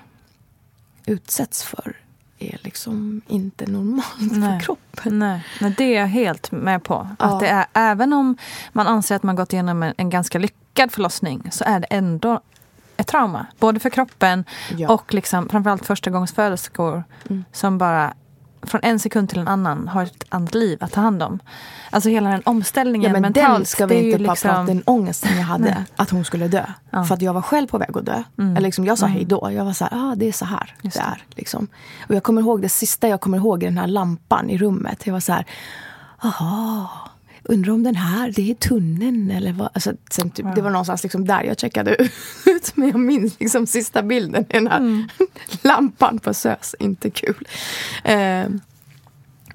utsätts för är liksom inte normalt
Nej.
för kroppen.
Nej. Nej, det är jag helt med på. Ja. Att det är, även om man anser att man gått igenom en, en ganska lyckad förlossning så är det ändå ett trauma. Både för kroppen ja. och liksom, framförallt första gångs födelskor mm. som bara från en sekund till en annan har ett annat liv att ta hand om. Alltså hela den omställningen
ja, men
mentalt.
Den ska vi inte
liksom...
prata om den ångesten jag hade. Nej. Att hon skulle dö. Ja. För att jag var själv på väg att dö. Mm. Eller liksom, jag sa mm. hej då. Jag var så här, ja ah, det är så här Just det är. Liksom. Och jag kommer ihåg det sista jag kommer ihåg i den här lampan i rummet. Jag var så här, aha, undrar om den här, det är tunneln eller vad. Alltså, sen, typ, wow. Det var någonstans liksom där jag checkade ut. Men jag minns liksom sista bilden i den här mm. lampan på S Ö S. Inte kul. Eh,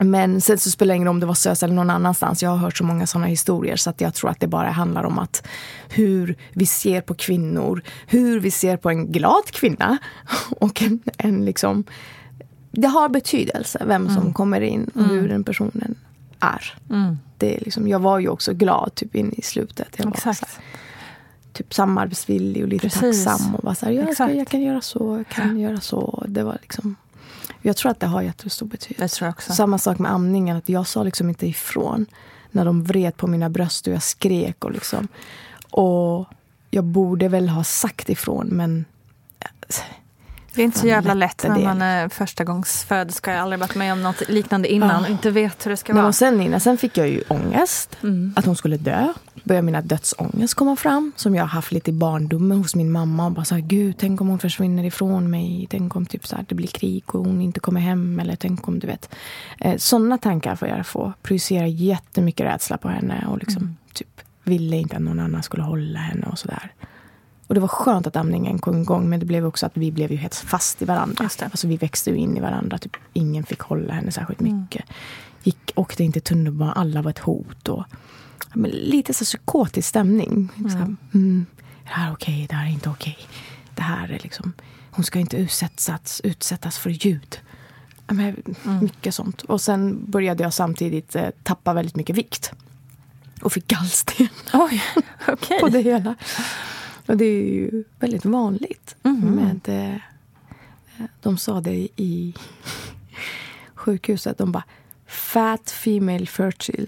Men sen så spelar det ingen roll om det var SÖS eller någon annanstans. Jag har hört så många sådana historier så att jag tror att det bara handlar om att hur vi ser på kvinnor, hur vi ser på en glad kvinna och en, en liksom, det har betydelse vem som mm. kommer in och mm. hur den personen är. Mm. Det är liksom, jag var ju också glad typ in i slutet. Jag var
Exakt.
Så här, typ samarbetsvillig och lite Precis. tacksam och var så här, jag, ska, jag kan göra så, jag kan ja. göra så. Det var liksom, jag tror att det har jättestor betydelse.
Det tror jag också.
Samma sak med amningen, att jag sa liksom inte ifrån när de vred på mina bröst och jag skrek och liksom, och jag borde väl ha sagt ifrån, men
det är inte så jävla lätt när man är första gångs föderska. Jag har aldrig varit med om något liknande innan ja. och inte vet hur det ska
Nej,
vara.
Och sen, innan, sen fick jag ju ångest
mm.
att hon skulle dö. Började mina dödsångest komma fram som jag har haft lite i barndomen hos min mamma. Och bara så här, gud, tänk om hon försvinner ifrån mig. Tänk om typ så här, det blir krig och hon inte kommer hem. Eller tänk om, du vet. Eh, sådana tankar får jag få. Projicera jättemycket rädsla på henne. Och liksom mm. typ ville inte att någon annan skulle hålla henne och sådär. Och det var skönt att amningen kom igång, men det blev också att vi blev ju helt fast i varandra. Alltså vi växte ju in i varandra. Typ ingen fick hålla henne särskilt mycket. Mm. Gick, åkte inte tunnelbanan, alla var ett hot. Och, men lite så psykotisk stämning. Mm. Så här, mm, det här är okej, det här är inte okej. Det här är liksom, hon ska inte utsättas, utsättas för ljud. Men, mm. Mycket sånt. Och sen började jag samtidigt eh, tappa väldigt mycket vikt. Och fick gallsten.
Oj, okej.
På det hela. Och det är ju väldigt vanligt. Mm. Med, eh, de sa det i sjukhuset. De bara, fat female fertile.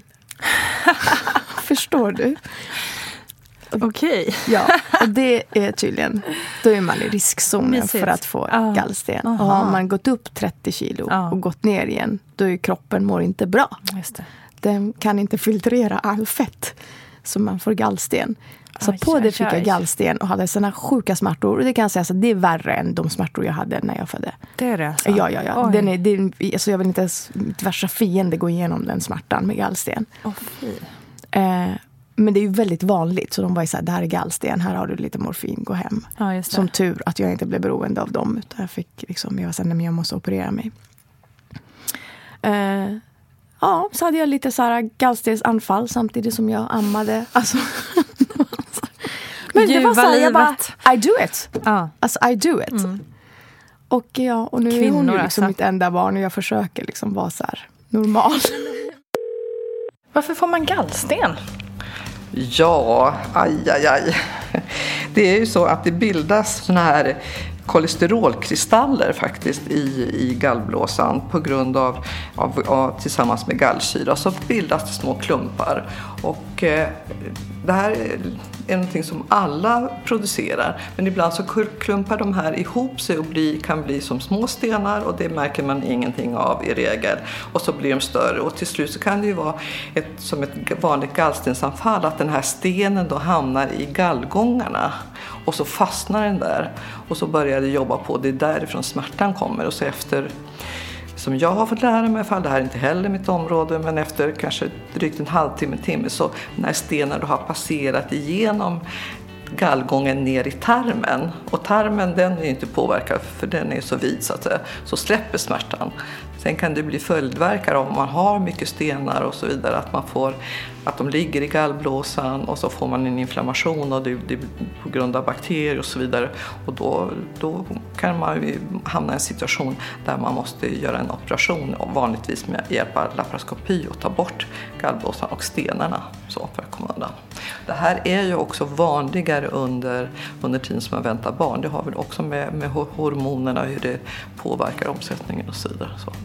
Förstår du?
Okej. Okay.
Ja, och det är tydligen, då är man i riskzonen Mysigt. för att få ah. gallsten. Aha. Och har man gått upp trettio kilo ah. och gått ner igen, då är kroppen mår inte bra. Just det. Den kan inte filtrera all fett, så man får gallsten. Så aj, på det fick jag gallsten och hade såna sjuka smärtor. Och det kan jag säga att det är värre än de smärtor jag hade när jag födde.
Det är det alltså?
Ja, ja, ja. Den är, den, alltså jag vill inte ens mitt värsta fiende gå igenom den smärtan med gallsten.
Oh, fy.
Eh, men det är ju väldigt vanligt. Så de var ju så här, det här är gallsten, här har du lite morfin, gå hem.
Ja, just det.
Som tur att jag inte blev beroende av dem. Utan jag fick liksom, jag var så här, men jag måste operera mig. Eh, ja, så hade jag lite så här gallstensanfall samtidigt som jag ammade. Alltså... Men det var så här, jag bara, I do it. Ja. Alltså, I do it. Mm. Och ja, och nu Kvinnor, är hon ju liksom alltså. mitt enda barn och jag försöker liksom vara så här normal.
Varför får man gallsten?
Ja, aj, aj, aj. Det är ju så att det bildas såna här kolesterolkristaller faktiskt i, i gallblåsan på grund av, av, av tillsammans med gallsyra så bildas det små klumpar och eh, det här är, är någonting som alla producerar, men ibland så klumpar de här ihop sig och bli, kan bli som små stenar och det märker man ingenting av i regel och så blir de större och till slut så kan det ju vara ett, som ett vanligt gallstensanfall att den här stenen då hamnar i gallgångarna och så fastnar den där och så börjar det jobba på, det är därifrån smärtan kommer och så efter, som jag har fått lära mig, för det här är inte heller mitt område, men efter kanske drygt en halvtimme, timme så när stenen då har passerat igenom gallgången ner i tarmen och tarmen den är inte påverkad för den är så vid så att säga, så släpper smärtan. Sen kan det bli följdverkar om man har mycket stenar och så vidare, att man får att de ligger i gallblåsan och så får man en inflammation och det, det på grund av bakterier och så vidare och då, då kan man ju hamna i en situation där man måste göra en operation och vanligtvis med hjälp av laparoskopi och ta bort gallblåsan och stenarna så för att komma undan. Det här är ju också vanligare under, under tiden som man väntar barn. Det har väl också med, med hormonerna och hur det påverkar omsättningen och så vidare. Så.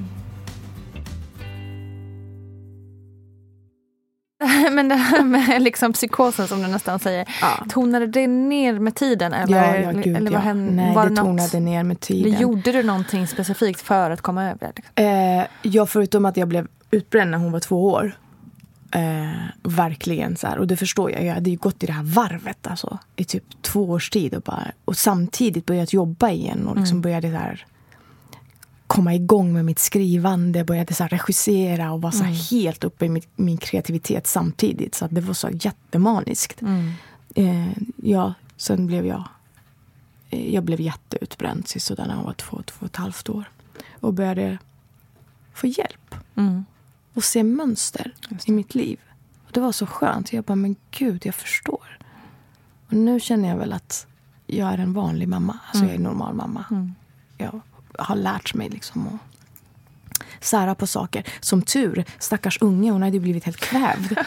Men det här med liksom psykosen som du nästan säger, ja. Tonade det ner med tiden? Eller,
ja, ja, gud,
eller var
ja.
Hen,
Nej,
var
det tonade ner med tiden.
Eller gjorde du någonting specifikt för att komma över det? Liksom?
Eh, ja, förutom att jag blev utbränd när hon var två år. Eh, verkligen så här. Och det förstår jag, jag hade ju gått i det här varvet alltså, i typ två års tid och, bara, och samtidigt börjat jobba igen och liksom mm. började så här komma igång med mitt skrivande, började så här regissera och var så här mm. helt uppe i min, min kreativitet samtidigt, så att det var så jättemaniskt. Mm. Eh, ja, sen blev jag eh, jag blev jätteutbränd sådär när jag var två, två och ett halvt år och började få hjälp.
Mm.
och se mönster i mitt liv. Och det var så skönt. Jag bara, men gud, jag förstår. Och nu känner jag väl att jag är en vanlig mamma. Alltså mm. jag är en normal mamma. Mm. Jag har lärt mig liksom att sära på saker. Som tur, stackars unge, hon hade blivit helt kvävd.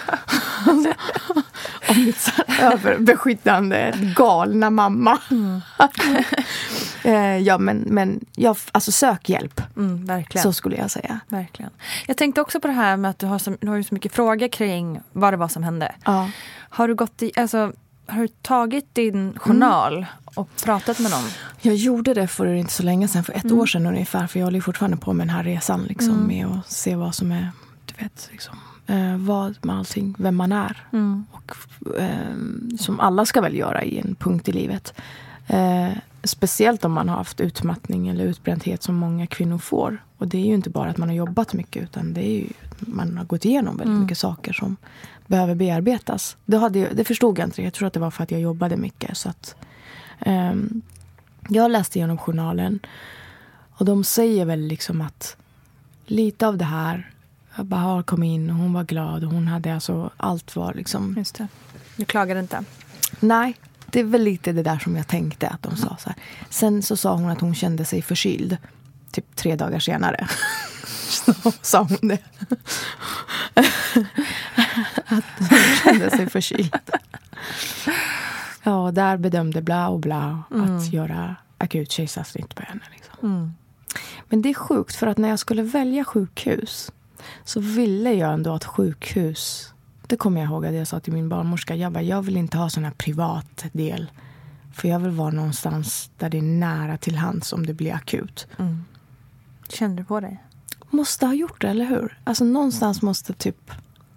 Om mitt så här överbeskyddande, galna mamma. Mm. eh, ja, men, men jag, alltså sök hjälp.
Mm, verkligen.
Så skulle jag säga.
Verkligen. Jag tänkte också på det här med att du har så, du har ju så mycket frågor kring vad det var som hände.
Ja.
Har du gått i, alltså, har du tagit din journal mm. och pratat med någon?
Jag gjorde det för inte så länge sedan, för ett mm. år sedan ungefär. För jag håller fortfarande på med den här resan liksom, mm. med att se vad som är, du vet, liksom, eh, vad med allting, vem man är. Mm. Och eh, som alla ska väl göra i en punkt i livet. Eh, speciellt om man har haft utmattning eller utbrändhet som många kvinnor får. Och det är ju inte bara att man har jobbat mycket, utan det är ju man har gått igenom väldigt mm. mycket saker som behöver bearbetas. Det, hade jag, det förstod jag inte. Jag tror att det var för att jag jobbade mycket. Så att, um, jag läste igenom journalen. Och de säger väl liksom att lite av det här, Bahar kom in och hon var glad. Och hon hade alltså, allt var liksom...
Just det. Du klagade inte?
Nej, det är väl lite det där som jag tänkte att de mm. sa så här. Sen så sa hon att hon kände sig förkyld. Typ tre dagar senare. Så sa hon det. Att hon kände sig förkyld. Ja, där bedömde bla och bla mm. att göra akut kejsarsnitt på henne. Liksom. Mm. Men det är sjukt, för att när jag skulle välja sjukhus så ville jag ändå att sjukhus... Det kommer jag ihåg att jag sa till min barnmorska. Jag bara, jag vill inte ha sån här privat del. För jag vill vara någonstans där det är nära till hands om det blir akut.
Mm. Kände du på dig?
Måste ha gjort det, eller hur? Alltså någonstans måste typ...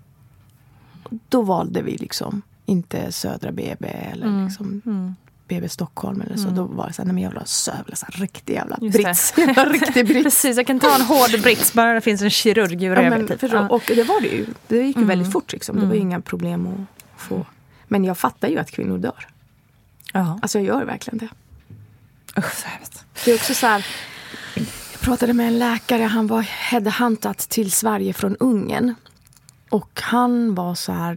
Då valde vi liksom inte Södra B B eller mm. liksom mm. B B Stockholm eller så. Mm. Då var det så här, nej men jag vill ha Sövla, så här riktig jävla brits. riktig brits.
Precis, jag kan ta en hård brits bara det finns en kirurg i
ja, men, typ. ja. Och det var det ju. Det gick ju mm. väldigt fort liksom. Det var ju inga problem att få. Men jag fattar ju att kvinnor dör.
Ja.
Alltså jag gör verkligen det.
Usch, så hemskt.
Det är också så här... Jag pratade med en läkare, han var headhuntat till Sverige från Ungern. Och han var så här,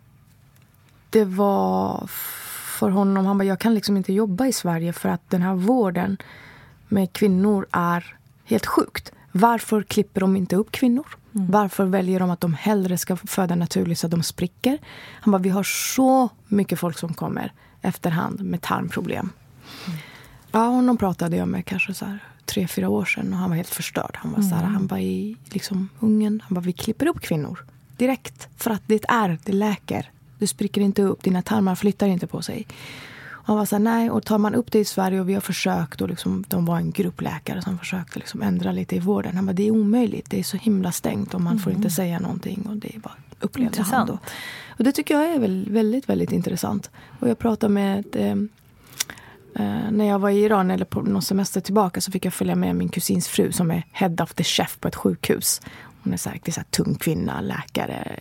det var för honom, han bara, jag kan liksom inte jobba i Sverige för att den här vården med kvinnor är helt sjukt. Varför klipper de inte upp kvinnor? Mm. Varför väljer de att de hellre ska föda naturligt så att de spricker? Han bara, vi har så mycket folk som kommer efterhand med tarmproblem. Mm. Ja, honom pratade jag med kanske så här tre, fyra år sedan och han var helt förstörd. Han var mm. så här, han var i liksom Ungern, han bara, vi klipper upp kvinnor direkt för att det är, det läker. Du spricker inte upp, dina tarmar flyttar inte på sig. Och han var så här, nej, och tar man upp det i Sverige och vi har försökt och liksom, de var en gruppläkare som försökte liksom ändra lite i vården. Han bara, det är omöjligt, det är så himla stängt och man mm. får inte säga någonting och det är bara upplevde han då. Och det tycker jag är väl, väldigt, väldigt intressant. Och jag pratade med eh, Uh, när jag var i Iran eller på någon semester tillbaka så fick jag följa med min kusins fru som är head of the chef på ett sjukhus. Hon är så här, det är så här tung kvinna, läkare.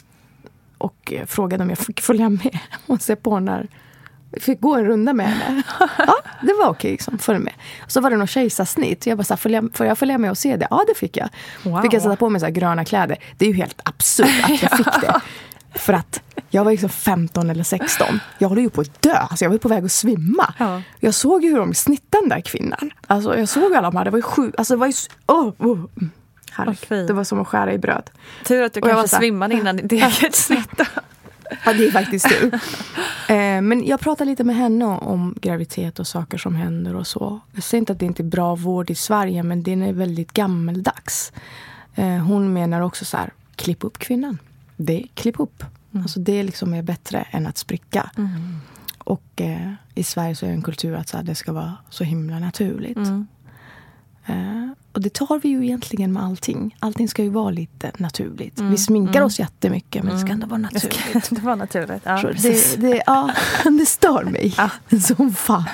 Och uh, frågade om jag fick följa med och se på när jag fick gå en runda med henne. Ja, det var okej liksom, följ med. Och så var det någon kejsarsnitt. Jag bara så här, följa, får jag följa med och se det? Ja, det fick jag. Wow. Fick jag sätta på mig så här gröna kläder. Det är ju helt absurt att jag fick det. För att jag var liksom femton eller sexton. Jag håller ju på att dö. Alltså jag var på väg att svimma. Ja. Jag såg ju hur de snittade den där kvinnan. Alltså jag såg alla de här. Det var ju sju. Alltså det var ju... Oh, oh. Oh, det var som att skära i bröd.
Tur att du kanske så... svimmade innan ditt eget snitt.
Ja, det är faktiskt tur. eh, men jag pratade lite med henne om graviditet och saker som händer och så. Jag säger inte att det inte är bra vård i Sverige, men den är väldigt gammeldags. Eh, hon menar också så här, klipp upp kvinnan. Det klipp upp. Mm. Alltså det liksom är bättre än att spricka. Mm. Och eh, i Sverige så är det en kultur att så här, det ska vara så himla naturligt. Mm. Eh, och det tar vi ju egentligen med allting. Allting ska ju vara lite naturligt. Mm. Vi sminkar mm. oss jättemycket, men mm. det ska ändå vara naturligt. Det ska
inte vara naturligt. Ja,
det, det, ja, det stör mig. Ja. Som fan.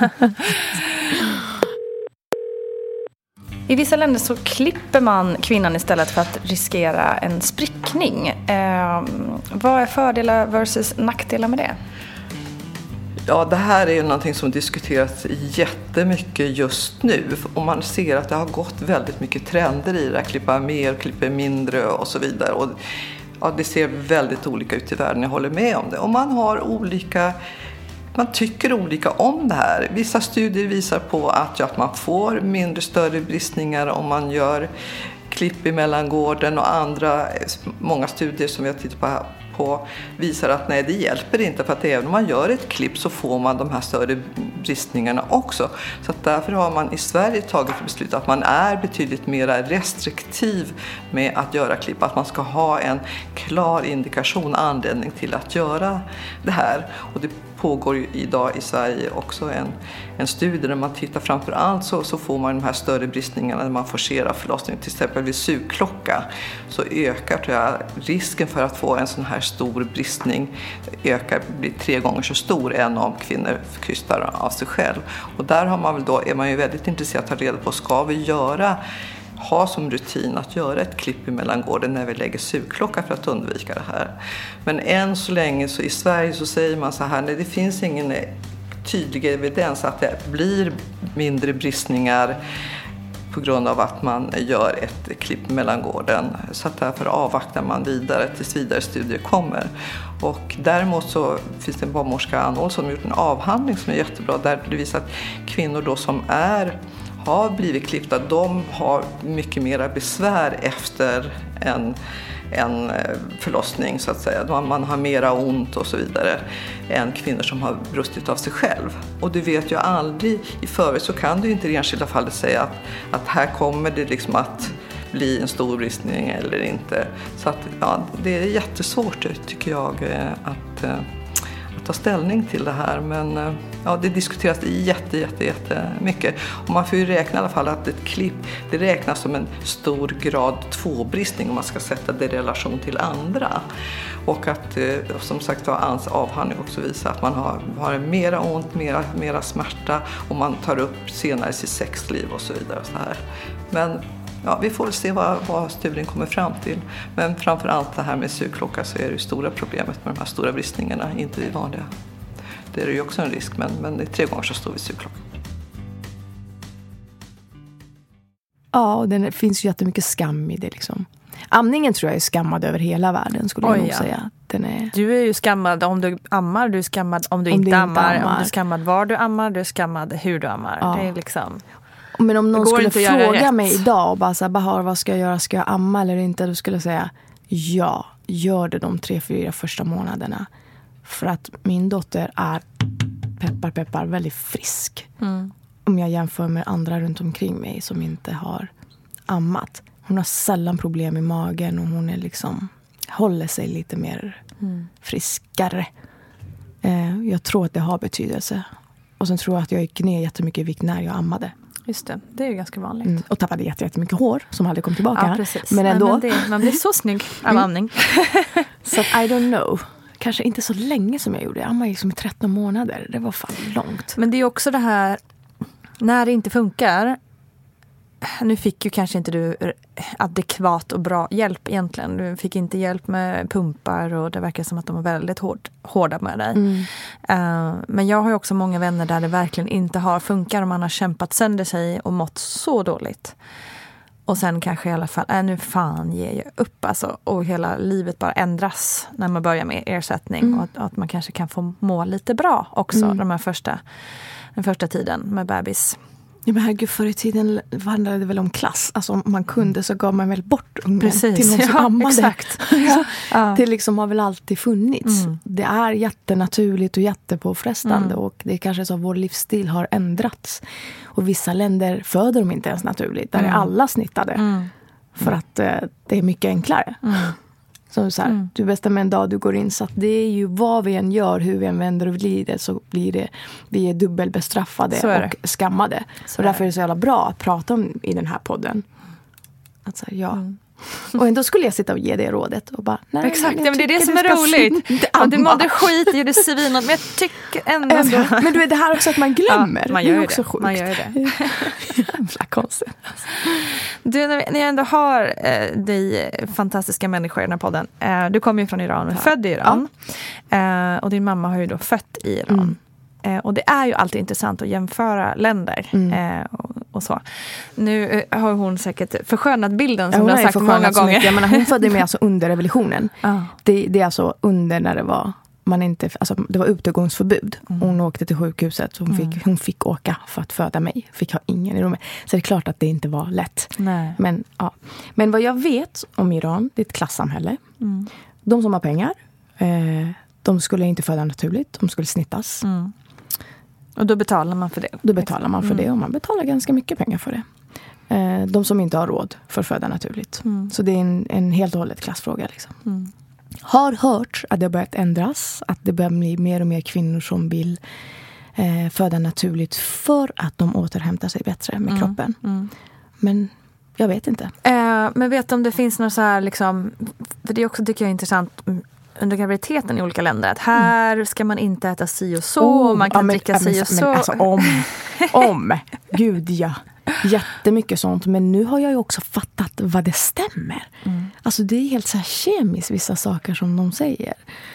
I vissa länder så klipper man kvinnan istället för att riskera en sprickning. Eh, vad är fördelar versus nackdelar med det?
Ja, det här är ju någonting som diskuteras jättemycket just nu. Och man ser att det har gått väldigt mycket trender i det. Klippa mer, klippa mindre och så vidare. Och ja, det ser väldigt olika ut i världen, jag håller med om det. Och man har olika... Man tycker olika om det här. Vissa studier visar på att, ja, att man får mindre större bristningar om man gör klipp i mellangården, och andra, många studier som vi har tittat på, på visar att nej, det hjälper inte, för att även om man gör ett klipp så får man de här större bristningarna också. Så att därför har man i Sverige tagit beslut att man är betydligt mer restriktiv med att göra klipp. Att man ska ha en klar indikation, anledning till att göra det här. Och det pågår ju idag i Sverige också en, en studie där man tittar framför allt så, så får man de här större bristningarna när man forcerar förlossningen. Till exempel vid sugklocka så ökar, tror jag, risken för att få en sån här stor bristning ökar, blir tre gånger så stor än om kvinnor krystar av sig själv. Och där har man väl då, är man ju väldigt intresserad att ta reda på, ska vi göra ha som rutin att göra ett klipp i mellangården när vi lägger sugklocka för att undvika det här. Men än så länge så i Sverige så säger man så här, nej, det finns ingen tydlig evidens att det blir mindre bristningar på grund av att man gör ett klipp i mellangården. Så att därför avvaktar man vidare tills vidare studier kommer. Och däremot så finns det en barnmorska, Ann Olsson, som har gjort en avhandling som är jättebra, där det visar att kvinnor då som är har blivit klippta, de har mycket mera besvär efter en, en förlossning, så att säga. Man har mera ont och så vidare än kvinnor som har brustit av sig själv. Och du vet ju aldrig i förväg, så kan du inte i det enskilda fallet säga att, att här kommer det liksom att bli en stor bristning eller inte. Så att, ja, det är jättesvårt, tycker jag, att, att ta ställning till det här. Men ja, det diskuteras jätte, jätte, jätte mycket. Och man får ju räkna i alla fall att ett klipp, det räknas som en stor grad två-bristning om man ska sätta det i relation till andra. Och att, som sagt, hans avhandling också visar att man har, har mera ont, mera, mera smärta, och man tar upp senare i sitt sexliv och så vidare. Och så här. Men ja, vi får se vad, vad studien kommer fram till. Men framförallt det här med sugklocka, så är det ju stora problemet med de här stora bristningarna, inte i vanliga. Det är ju också en risk, men, men det är tre gånger så stor vid sugklocka.
Ja, och det finns ju jättemycket skam i det liksom. Amningen tror jag är skammad över hela världen, skulle Oj, jag nog ja. säga. Den är...
Du är ju skammad om du ammar, du är skammad om du, om inte, du ammar, inte ammar, om du är skammad var du ammar, du är skammad hur du ammar. Ja. Det är liksom...
Men om någon skulle fråga mig idag och bara så här, Bahar, vad ska jag göra? Ska jag amma eller inte? Då skulle jag säga, ja, gör det de tre, fyra första månaderna. För att min dotter är, peppar, peppar, väldigt frisk. Mm. Om jag jämför med andra runt omkring mig som inte har ammat. Hon har sällan problem i magen och hon är liksom, håller sig lite mer mm. friskare. Eh, jag tror att det har betydelse. Och sen tror jag att jag gick ner jättemycket i vikt när jag ammade.
Just det, det är ju ganska vanligt.
Mm. Och tappade jättemycket hår som aldrig kom tillbaka.
Ja, precis.
Men ändå.
Men det, man blir så snygg av
mm.
amning.
Så att, I don't know. Kanske inte så länge som jag gjorde. Jag ammade liksom i tretton månader. Det var fan långt.
Men det är också det här, när det inte funkar. Nu fick ju kanske inte du adekvat och bra hjälp egentligen. Du fick inte hjälp med pumpar och det verkar som att de var väldigt hård, hårda med dig. Mm. Uh, men jag har ju också många vänner där det verkligen inte har funkat och man har kämpat sönder sig och mått så dåligt. Och sen kanske i alla fall, äh, nu fan ger jag upp alltså. Och hela livet bara ändras när man börjar med ersättning. Mm. Och att, att man kanske kan få må lite bra också mm. de här första, den första tiden med bebis.
Ja, men herregud, förr i tiden handlade det väl om klass. Alltså om man kunde så gav man väl bort ungen Precis. till någon som ja, ammade.
Exakt.
ja. Ja. Det liksom har väl alltid funnits. Mm. Det är jättenaturligt och jättepåfrestande. Mm. Och det är kanske så att vår livsstil har ändrats. Och vissa länder föder de inte ens naturligt. Där mm. är alla snittade. Mm. För att eh, det är mycket enklare. Mm. Så, så här, mm. du bestämmer en dag du går in, så att det är ju vad vi än gör, hur vi än vänder och vrider, så blir det, vi är dubbelbestraffade och skammade. Så och därför är det så jävla bra att prata om i den här podden. Att så här, ja. Mm. Och ändå skulle jag sitta och ge det rådet och bara, nej,
exakt, men det är det som är roligt. Ja, du mådde skit, gjorde svinat, men jag tycker ändå, ändå.
Men du vet, det här också att man glömmer.
Ja, man gör
det är
också
det. Sjukt.
Man gör det.
Jävla konstigt.
Du, när jag ändå har eh, dig fantastiska människor i den här podden. Eh, du kommer ju från Iran, ja. född i Iran. Ja. Eh, och din mamma har ju då fött i Iran. Eh, och det är ju alltid intressant att jämföra länder mm. eh, och, och så. Nu eh, har hon säkert förskönat bilden som ja, du har sagt många gånger.
Jag menar, hon födde med alltså under revolutionen. Ah. Det, det är alltså under när det var man inte, alltså det var utegångsförbud. Mm. Hon åkte till sjukhuset. Hon, mm. fick, hon fick åka för att föda mig. Fick ha ingen i rummet. Så det är klart att det inte var lätt.
Nej.
Men, ja. Men vad jag vet om Iran, det är ett klassamhälle. Mm. De som har pengar, eh, de skulle inte föda naturligt. De skulle snittas.
Mm. Och då betalar man för det?
Då betalar man för mm. det. Och man betalar ganska mycket pengar för det. Eh, de som inte har råd för att föda naturligt. Mm. Så det är en, en helt och hållet klassfråga liksom. Mm. Har hört att det har börjat ändras. Att det börjar bli mer och mer kvinnor som vill eh, föda naturligt för att de återhämtar sig bättre med mm. kroppen. Mm. Men jag vet inte.
Eh, men vet om det finns något så här liksom, för det är också tycker jag är intressant under graviditeten i olika länder. Att här ska man inte äta si och så. Oh, man kan ja, men, dricka ja, men, si och
men,
så.
Alltså, om, om, gud ja. Jättemycket sånt. Men nu har jag ju också fattat vad det stämmer. Mm. Alltså det är helt så här kemiskt vissa saker som de säger.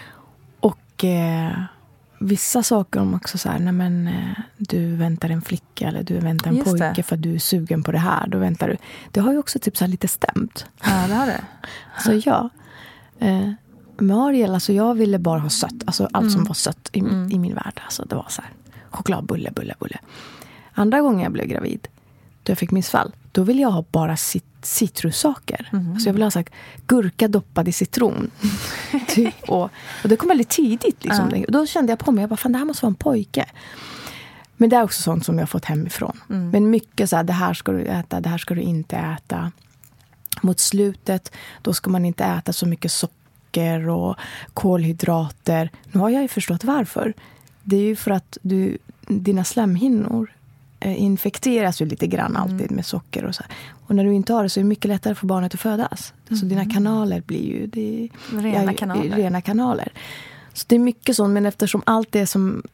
Och eh, vissa saker om också så här, nej men eh, du väntar en flicka eller du väntar en Just pojke det. För att du är sugen på det här. Då väntar du. Det har ju också typ så här lite stämt.
Ja, det har det.
Så ja. Eh, med Ariel, alltså jag ville bara ha sött. Alltså allt mm. som var sött i, mm. i min värld. Alltså det var så här chokladbulle, bulle, bulle. Andra gången jag blev gravid, då jag fick missfall, då vill jag ha bara cit- citrussaker. Mm. Så jag vill ha sagt gurka doppad i citron. typ. och, och det kom väldigt tidigt. Liksom. Mm. Då kände jag på mig, jag bara, fan det här måste vara en pojke. Men det är också sånt som jag har fått hemifrån. Mm. Men mycket så här, det här ska du äta, det här ska du inte äta. Mot slutet, då ska man inte äta så mycket socker och kolhydrater. Nu har jag ju förstått varför. Det är ju för att du, dina slemhinnor infekteras ju lite grann alltid mm. med socker och så här. Och när du inte har det så är det mycket lättare för barnet att födas. Mm. Så dina kanaler blir ju det,
rena,
ja,
kanaler.
rena kanaler. Så det är mycket sånt, men eftersom allt det är som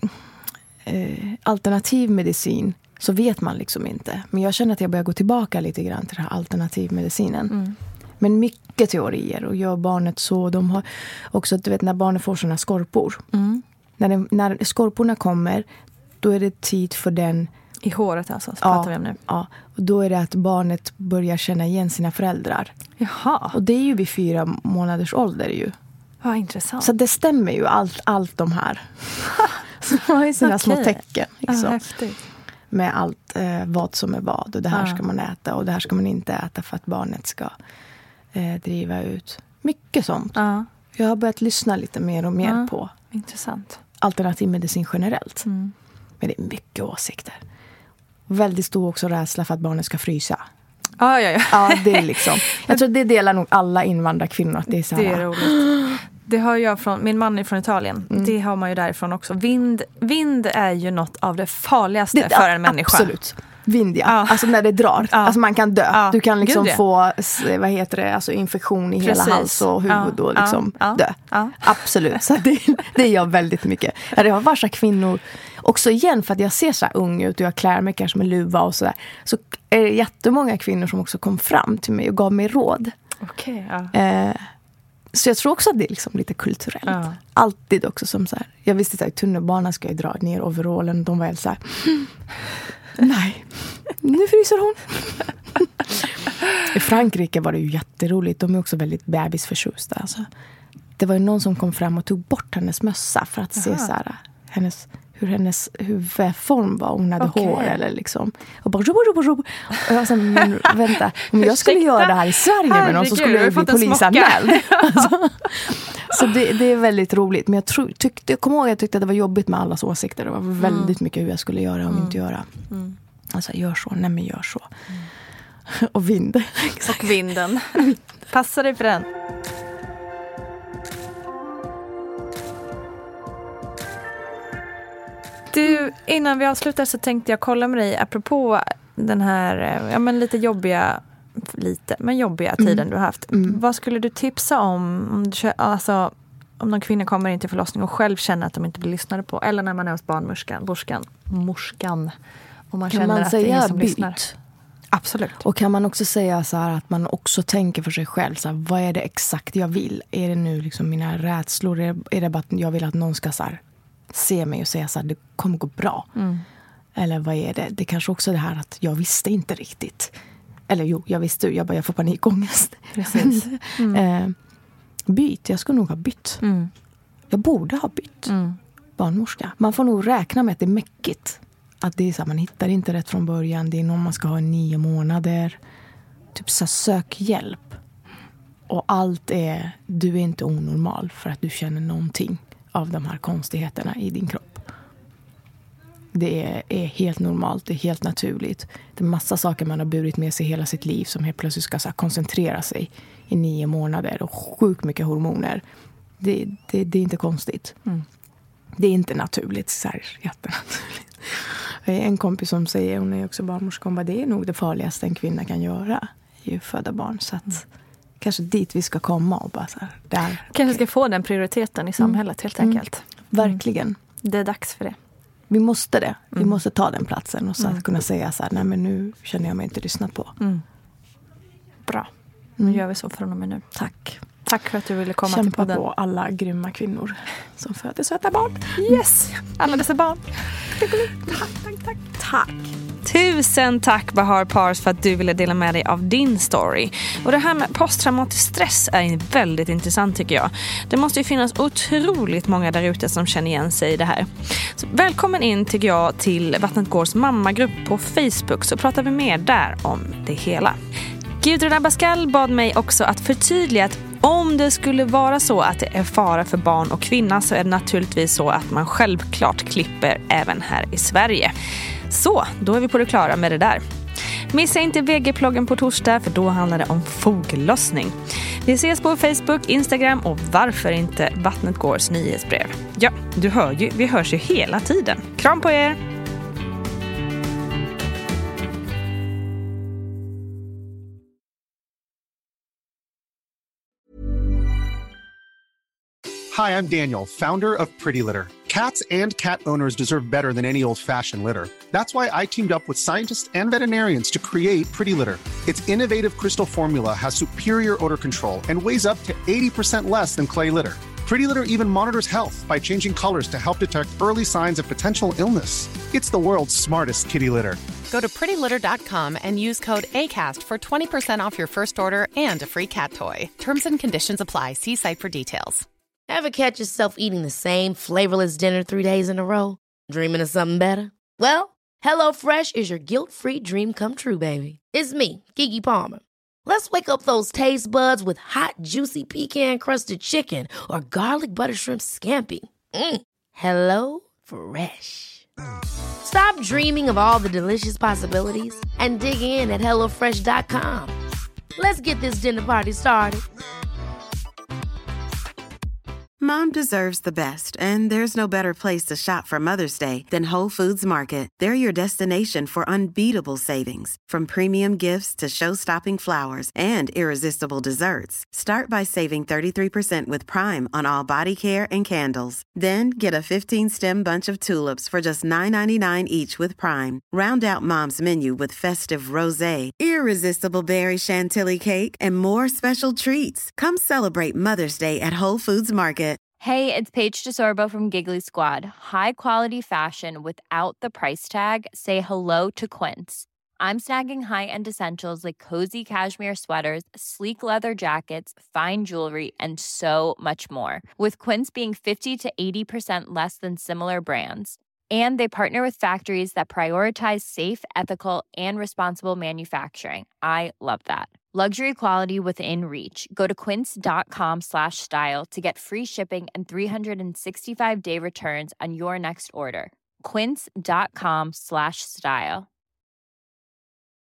eh, alternativ medicin så vet man liksom inte. Men jag känner att jag börjar gå tillbaka lite grann till den här alternativmedicinen. Mm. Men mycket teorier och gör barnet så. De har också, du vet, när barnet får såna skorpor. Mm. När, den, när skorporna kommer, då är det tid för den.
I håret alltså, så
ja,
pratar vi om nu.
Ja, och då är det att barnet börjar känna igen sina föräldrar.
Jaha.
Och det är ju vid fyra månaders ålder ju.
Vad intressant.
Så det stämmer ju allt, allt de här. Så de har ju sina okay. små tecken. Liksom.
Ja, häftigt.
Med allt eh, vad som är vad. Och det här ja. ska man äta och det här ska man inte äta för att barnet ska eh, driva ut. Mycket sånt. Ja. Jag har börjat lyssna lite mer och mer ja. på.
Intressant.
Alternativmedicin generellt. Mm. Men det är mycket åsikter. Väldigt stor också rädsla för att barnet ska frysa.
Ja, ja, ja.
Ja, det är liksom. Jag tror det delar nog alla invandrarkvinnor. Att det är så här.
Det är roligt. Det har jag från, min man är från Italien. Mm. Det har man ju därifrån också. Vind, vind är ju något av det farligaste det, för en människa.
Absolut. Vind, ja. ja. Alltså när det drar. Ja. Alltså man kan dö. Ja. Du kan liksom Gud, ja. få, vad heter det, alltså infektion i Precis. hela hals och huvud ja. och liksom ja. dö. Ja. Absolut. Så det, det gör väldigt mycket. Det har varit kvinnor också igen för att jag ser så här ung ut och jag klär mig kanske med luva och sådär. Så är det jättemånga kvinnor som också kom fram till mig och gav mig råd.
Okej, okay, ja.
Eh, Så jag tror också att det är liksom lite kulturellt. Ja. Alltid också som så här. Jag visste att i tunnelbanan ska jag dra ner overallen. De var helt så här. Nej, nu fryser hon. I Frankrike var det ju jätteroligt. De är också väldigt bebisförtjusta. Alltså. Det var ju någon som kom fram och tog bort hennes mössa för att Aha. se så här, hennes, hur hennes huvudform var. Hon hade okay. hår eller liksom. Och bara rubb, rubb, rubb. Och jag sa, men vänta, om jag skulle göra det här i Sverige med någon så skulle jag bli polisanmäld. Alltså. Så det, det är väldigt roligt. Men jag, tro, tyckte, jag kommer ihåg att jag tyckte att det var jobbigt med allas åsikter. Det var väldigt mm. mycket hur jag skulle göra och mm. inte göra. Mm. Alltså, gör så, nej men gör så. Mm. Och vind.
Och vinden. Passa dig för den. Du, innan vi avslutar så tänkte jag kolla med dig apropå den här, ja men lite jobbiga, lite, men jobbiga tiden mm. du har haft. Mm. Vad skulle du tipsa om, om, du, alltså, om någon kvinna kommer in till förlossning och själv känner att de inte blir lyssnade på? Eller när man är hos barnmorskan, borskan, morskan, och man
kan
känner
man
att det är ingen som
byt?
lyssnar. Absolut.
Och kan man också säga så här att man också tänker för sig själv så här, vad är det exakt jag vill? Är det nu liksom mina rädslor? Är det, är det bara att jag vill att någon ska så här se mig och säga så här, det kommer gå bra.
Mm.
Eller vad är det? Det kanske också är det här att jag visste inte riktigt. Eller jo, jag visste, jag bara, jag får panikångest.
Precis. Mm.
eh, byt, jag skulle nog ha bytt.
Mm.
Jag borde ha bytt
Mm.
barnmorska. Man får nog räkna med att det är mäckigt. Att det är så här, man hittar inte rätt från början. Det är någon man ska ha i nio månader. Typ så här, sök hjälp. Och allt är, du är inte onormal för att du känner någonting av de här konstigheterna i din kropp. Det är, är helt normalt, det är helt naturligt. Det är massa saker man har burit med sig hela sitt liv som helt plötsligt ska så här, koncentrera sig i nio månader och sjukt mycket hormoner. Det, det, det är inte konstigt.
Mm.
Det är inte naturligt, så här, jättenaturligt. En kompis som säger, hon är också barnmorska, hon bara, det är nog det farligaste en kvinna kan göra, ju föda barn. Så att mm. kanske dit vi ska komma och bara så här, där.
Kanske ska få den prioriteten i samhället, helt
Mm.
enkelt.
Verkligen.
Mm. Det är dags för det.
Vi måste det. Vi
Mm.
måste ta den platsen och så
Mm.
att kunna säga så här, nej men nu känner jag mig inte lyssnat på.
Mm. Bra. Nu gör vi så från och med nu.
Tack.
Tack för att du ville komma
Kämpa
till podden.
på alla grymma kvinnor som föder söta barn.
Yes! Alla dessa barn.
Tack, tack, tack.
Tack. Tusen tack Bahar Pars för att du ville dela med dig av din story. Och det här med posttraumatisk stress är väldigt intressant tycker jag. Det måste ju finnas otroligt många där ute som känner igen sig i det här. Så välkommen in tycker jag till Vattnet Gårs mammagrupp på Facebook, så pratar vi mer där om det hela. Gudrun Abascal bad mig också att förtydliga att om det skulle vara så att det är fara för barn och kvinna så är det naturligtvis så att man självklart klipper även här i Sverige. Så, då är vi på det klara med det där. Missa inte V G-ploggen på torsdag för då handlar det om foglossning. Vi ses på Facebook, Instagram och varför inte Vattnet Gårs nyhetsbrev. Ja, du hör ju, vi hörs ju hela tiden. Kram på er!
Hi, I'm Daniel, founder of Pretty Litter. Cats and cat owners deserve better than any old-fashioned litter. That's why I teamed up with scientists and veterinarians to create Pretty Litter. Its innovative crystal formula has superior odor control and weighs up to eighty percent less than clay litter. Pretty Litter even monitors health by changing colors to help detect early signs of potential illness. It's the world's smartest kitty litter.
Go to pretty litter dot com and use code ACAST for twenty percent off your first order and a free cat toy. Terms and conditions apply. See site for details.
Ever catch yourself eating the same flavorless dinner three days in a row? Dreaming of something better? Well, HelloFresh is your guilt-free dream come true, baby. It's me, Keke Palmer. Let's wake up those taste buds with hot, juicy pecan-crusted chicken or garlic butter shrimp scampi. Mm. Hello Fresh. Stop dreaming of all the delicious possibilities and dig in at hello fresh dot com. Let's get this dinner party started.
Mom deserves the best, and there's no better place to shop for Mother's Day than Whole Foods Market. They're your destination for unbeatable savings, from premium gifts to show-stopping flowers and irresistible desserts. Start by saving thirty-three percent with Prime on all body care and candles. Then get a fifteen-stem bunch of tulips for just nine ninety-nine each with Prime. Round out Mom's menu with festive rosé, irresistible berry chantilly cake, and more special treats. Come celebrate Mother's Day at Whole Foods Market.
Hey, it's Paige DeSorbo from Giggly Squad. High quality fashion without the price tag. Say hello to Quince. I'm snagging high-end essentials like cozy cashmere sweaters, sleek leather jackets, fine jewelry, and so much more. With Quince being fifty to eighty percent less than similar brands. And they partner with factories that prioritize safe, ethical, and responsible manufacturing. I love that. Luxury quality within reach. Go to quince dot com slash style to get free shipping and three sixty-five day returns on your next order. quince dot com slash style.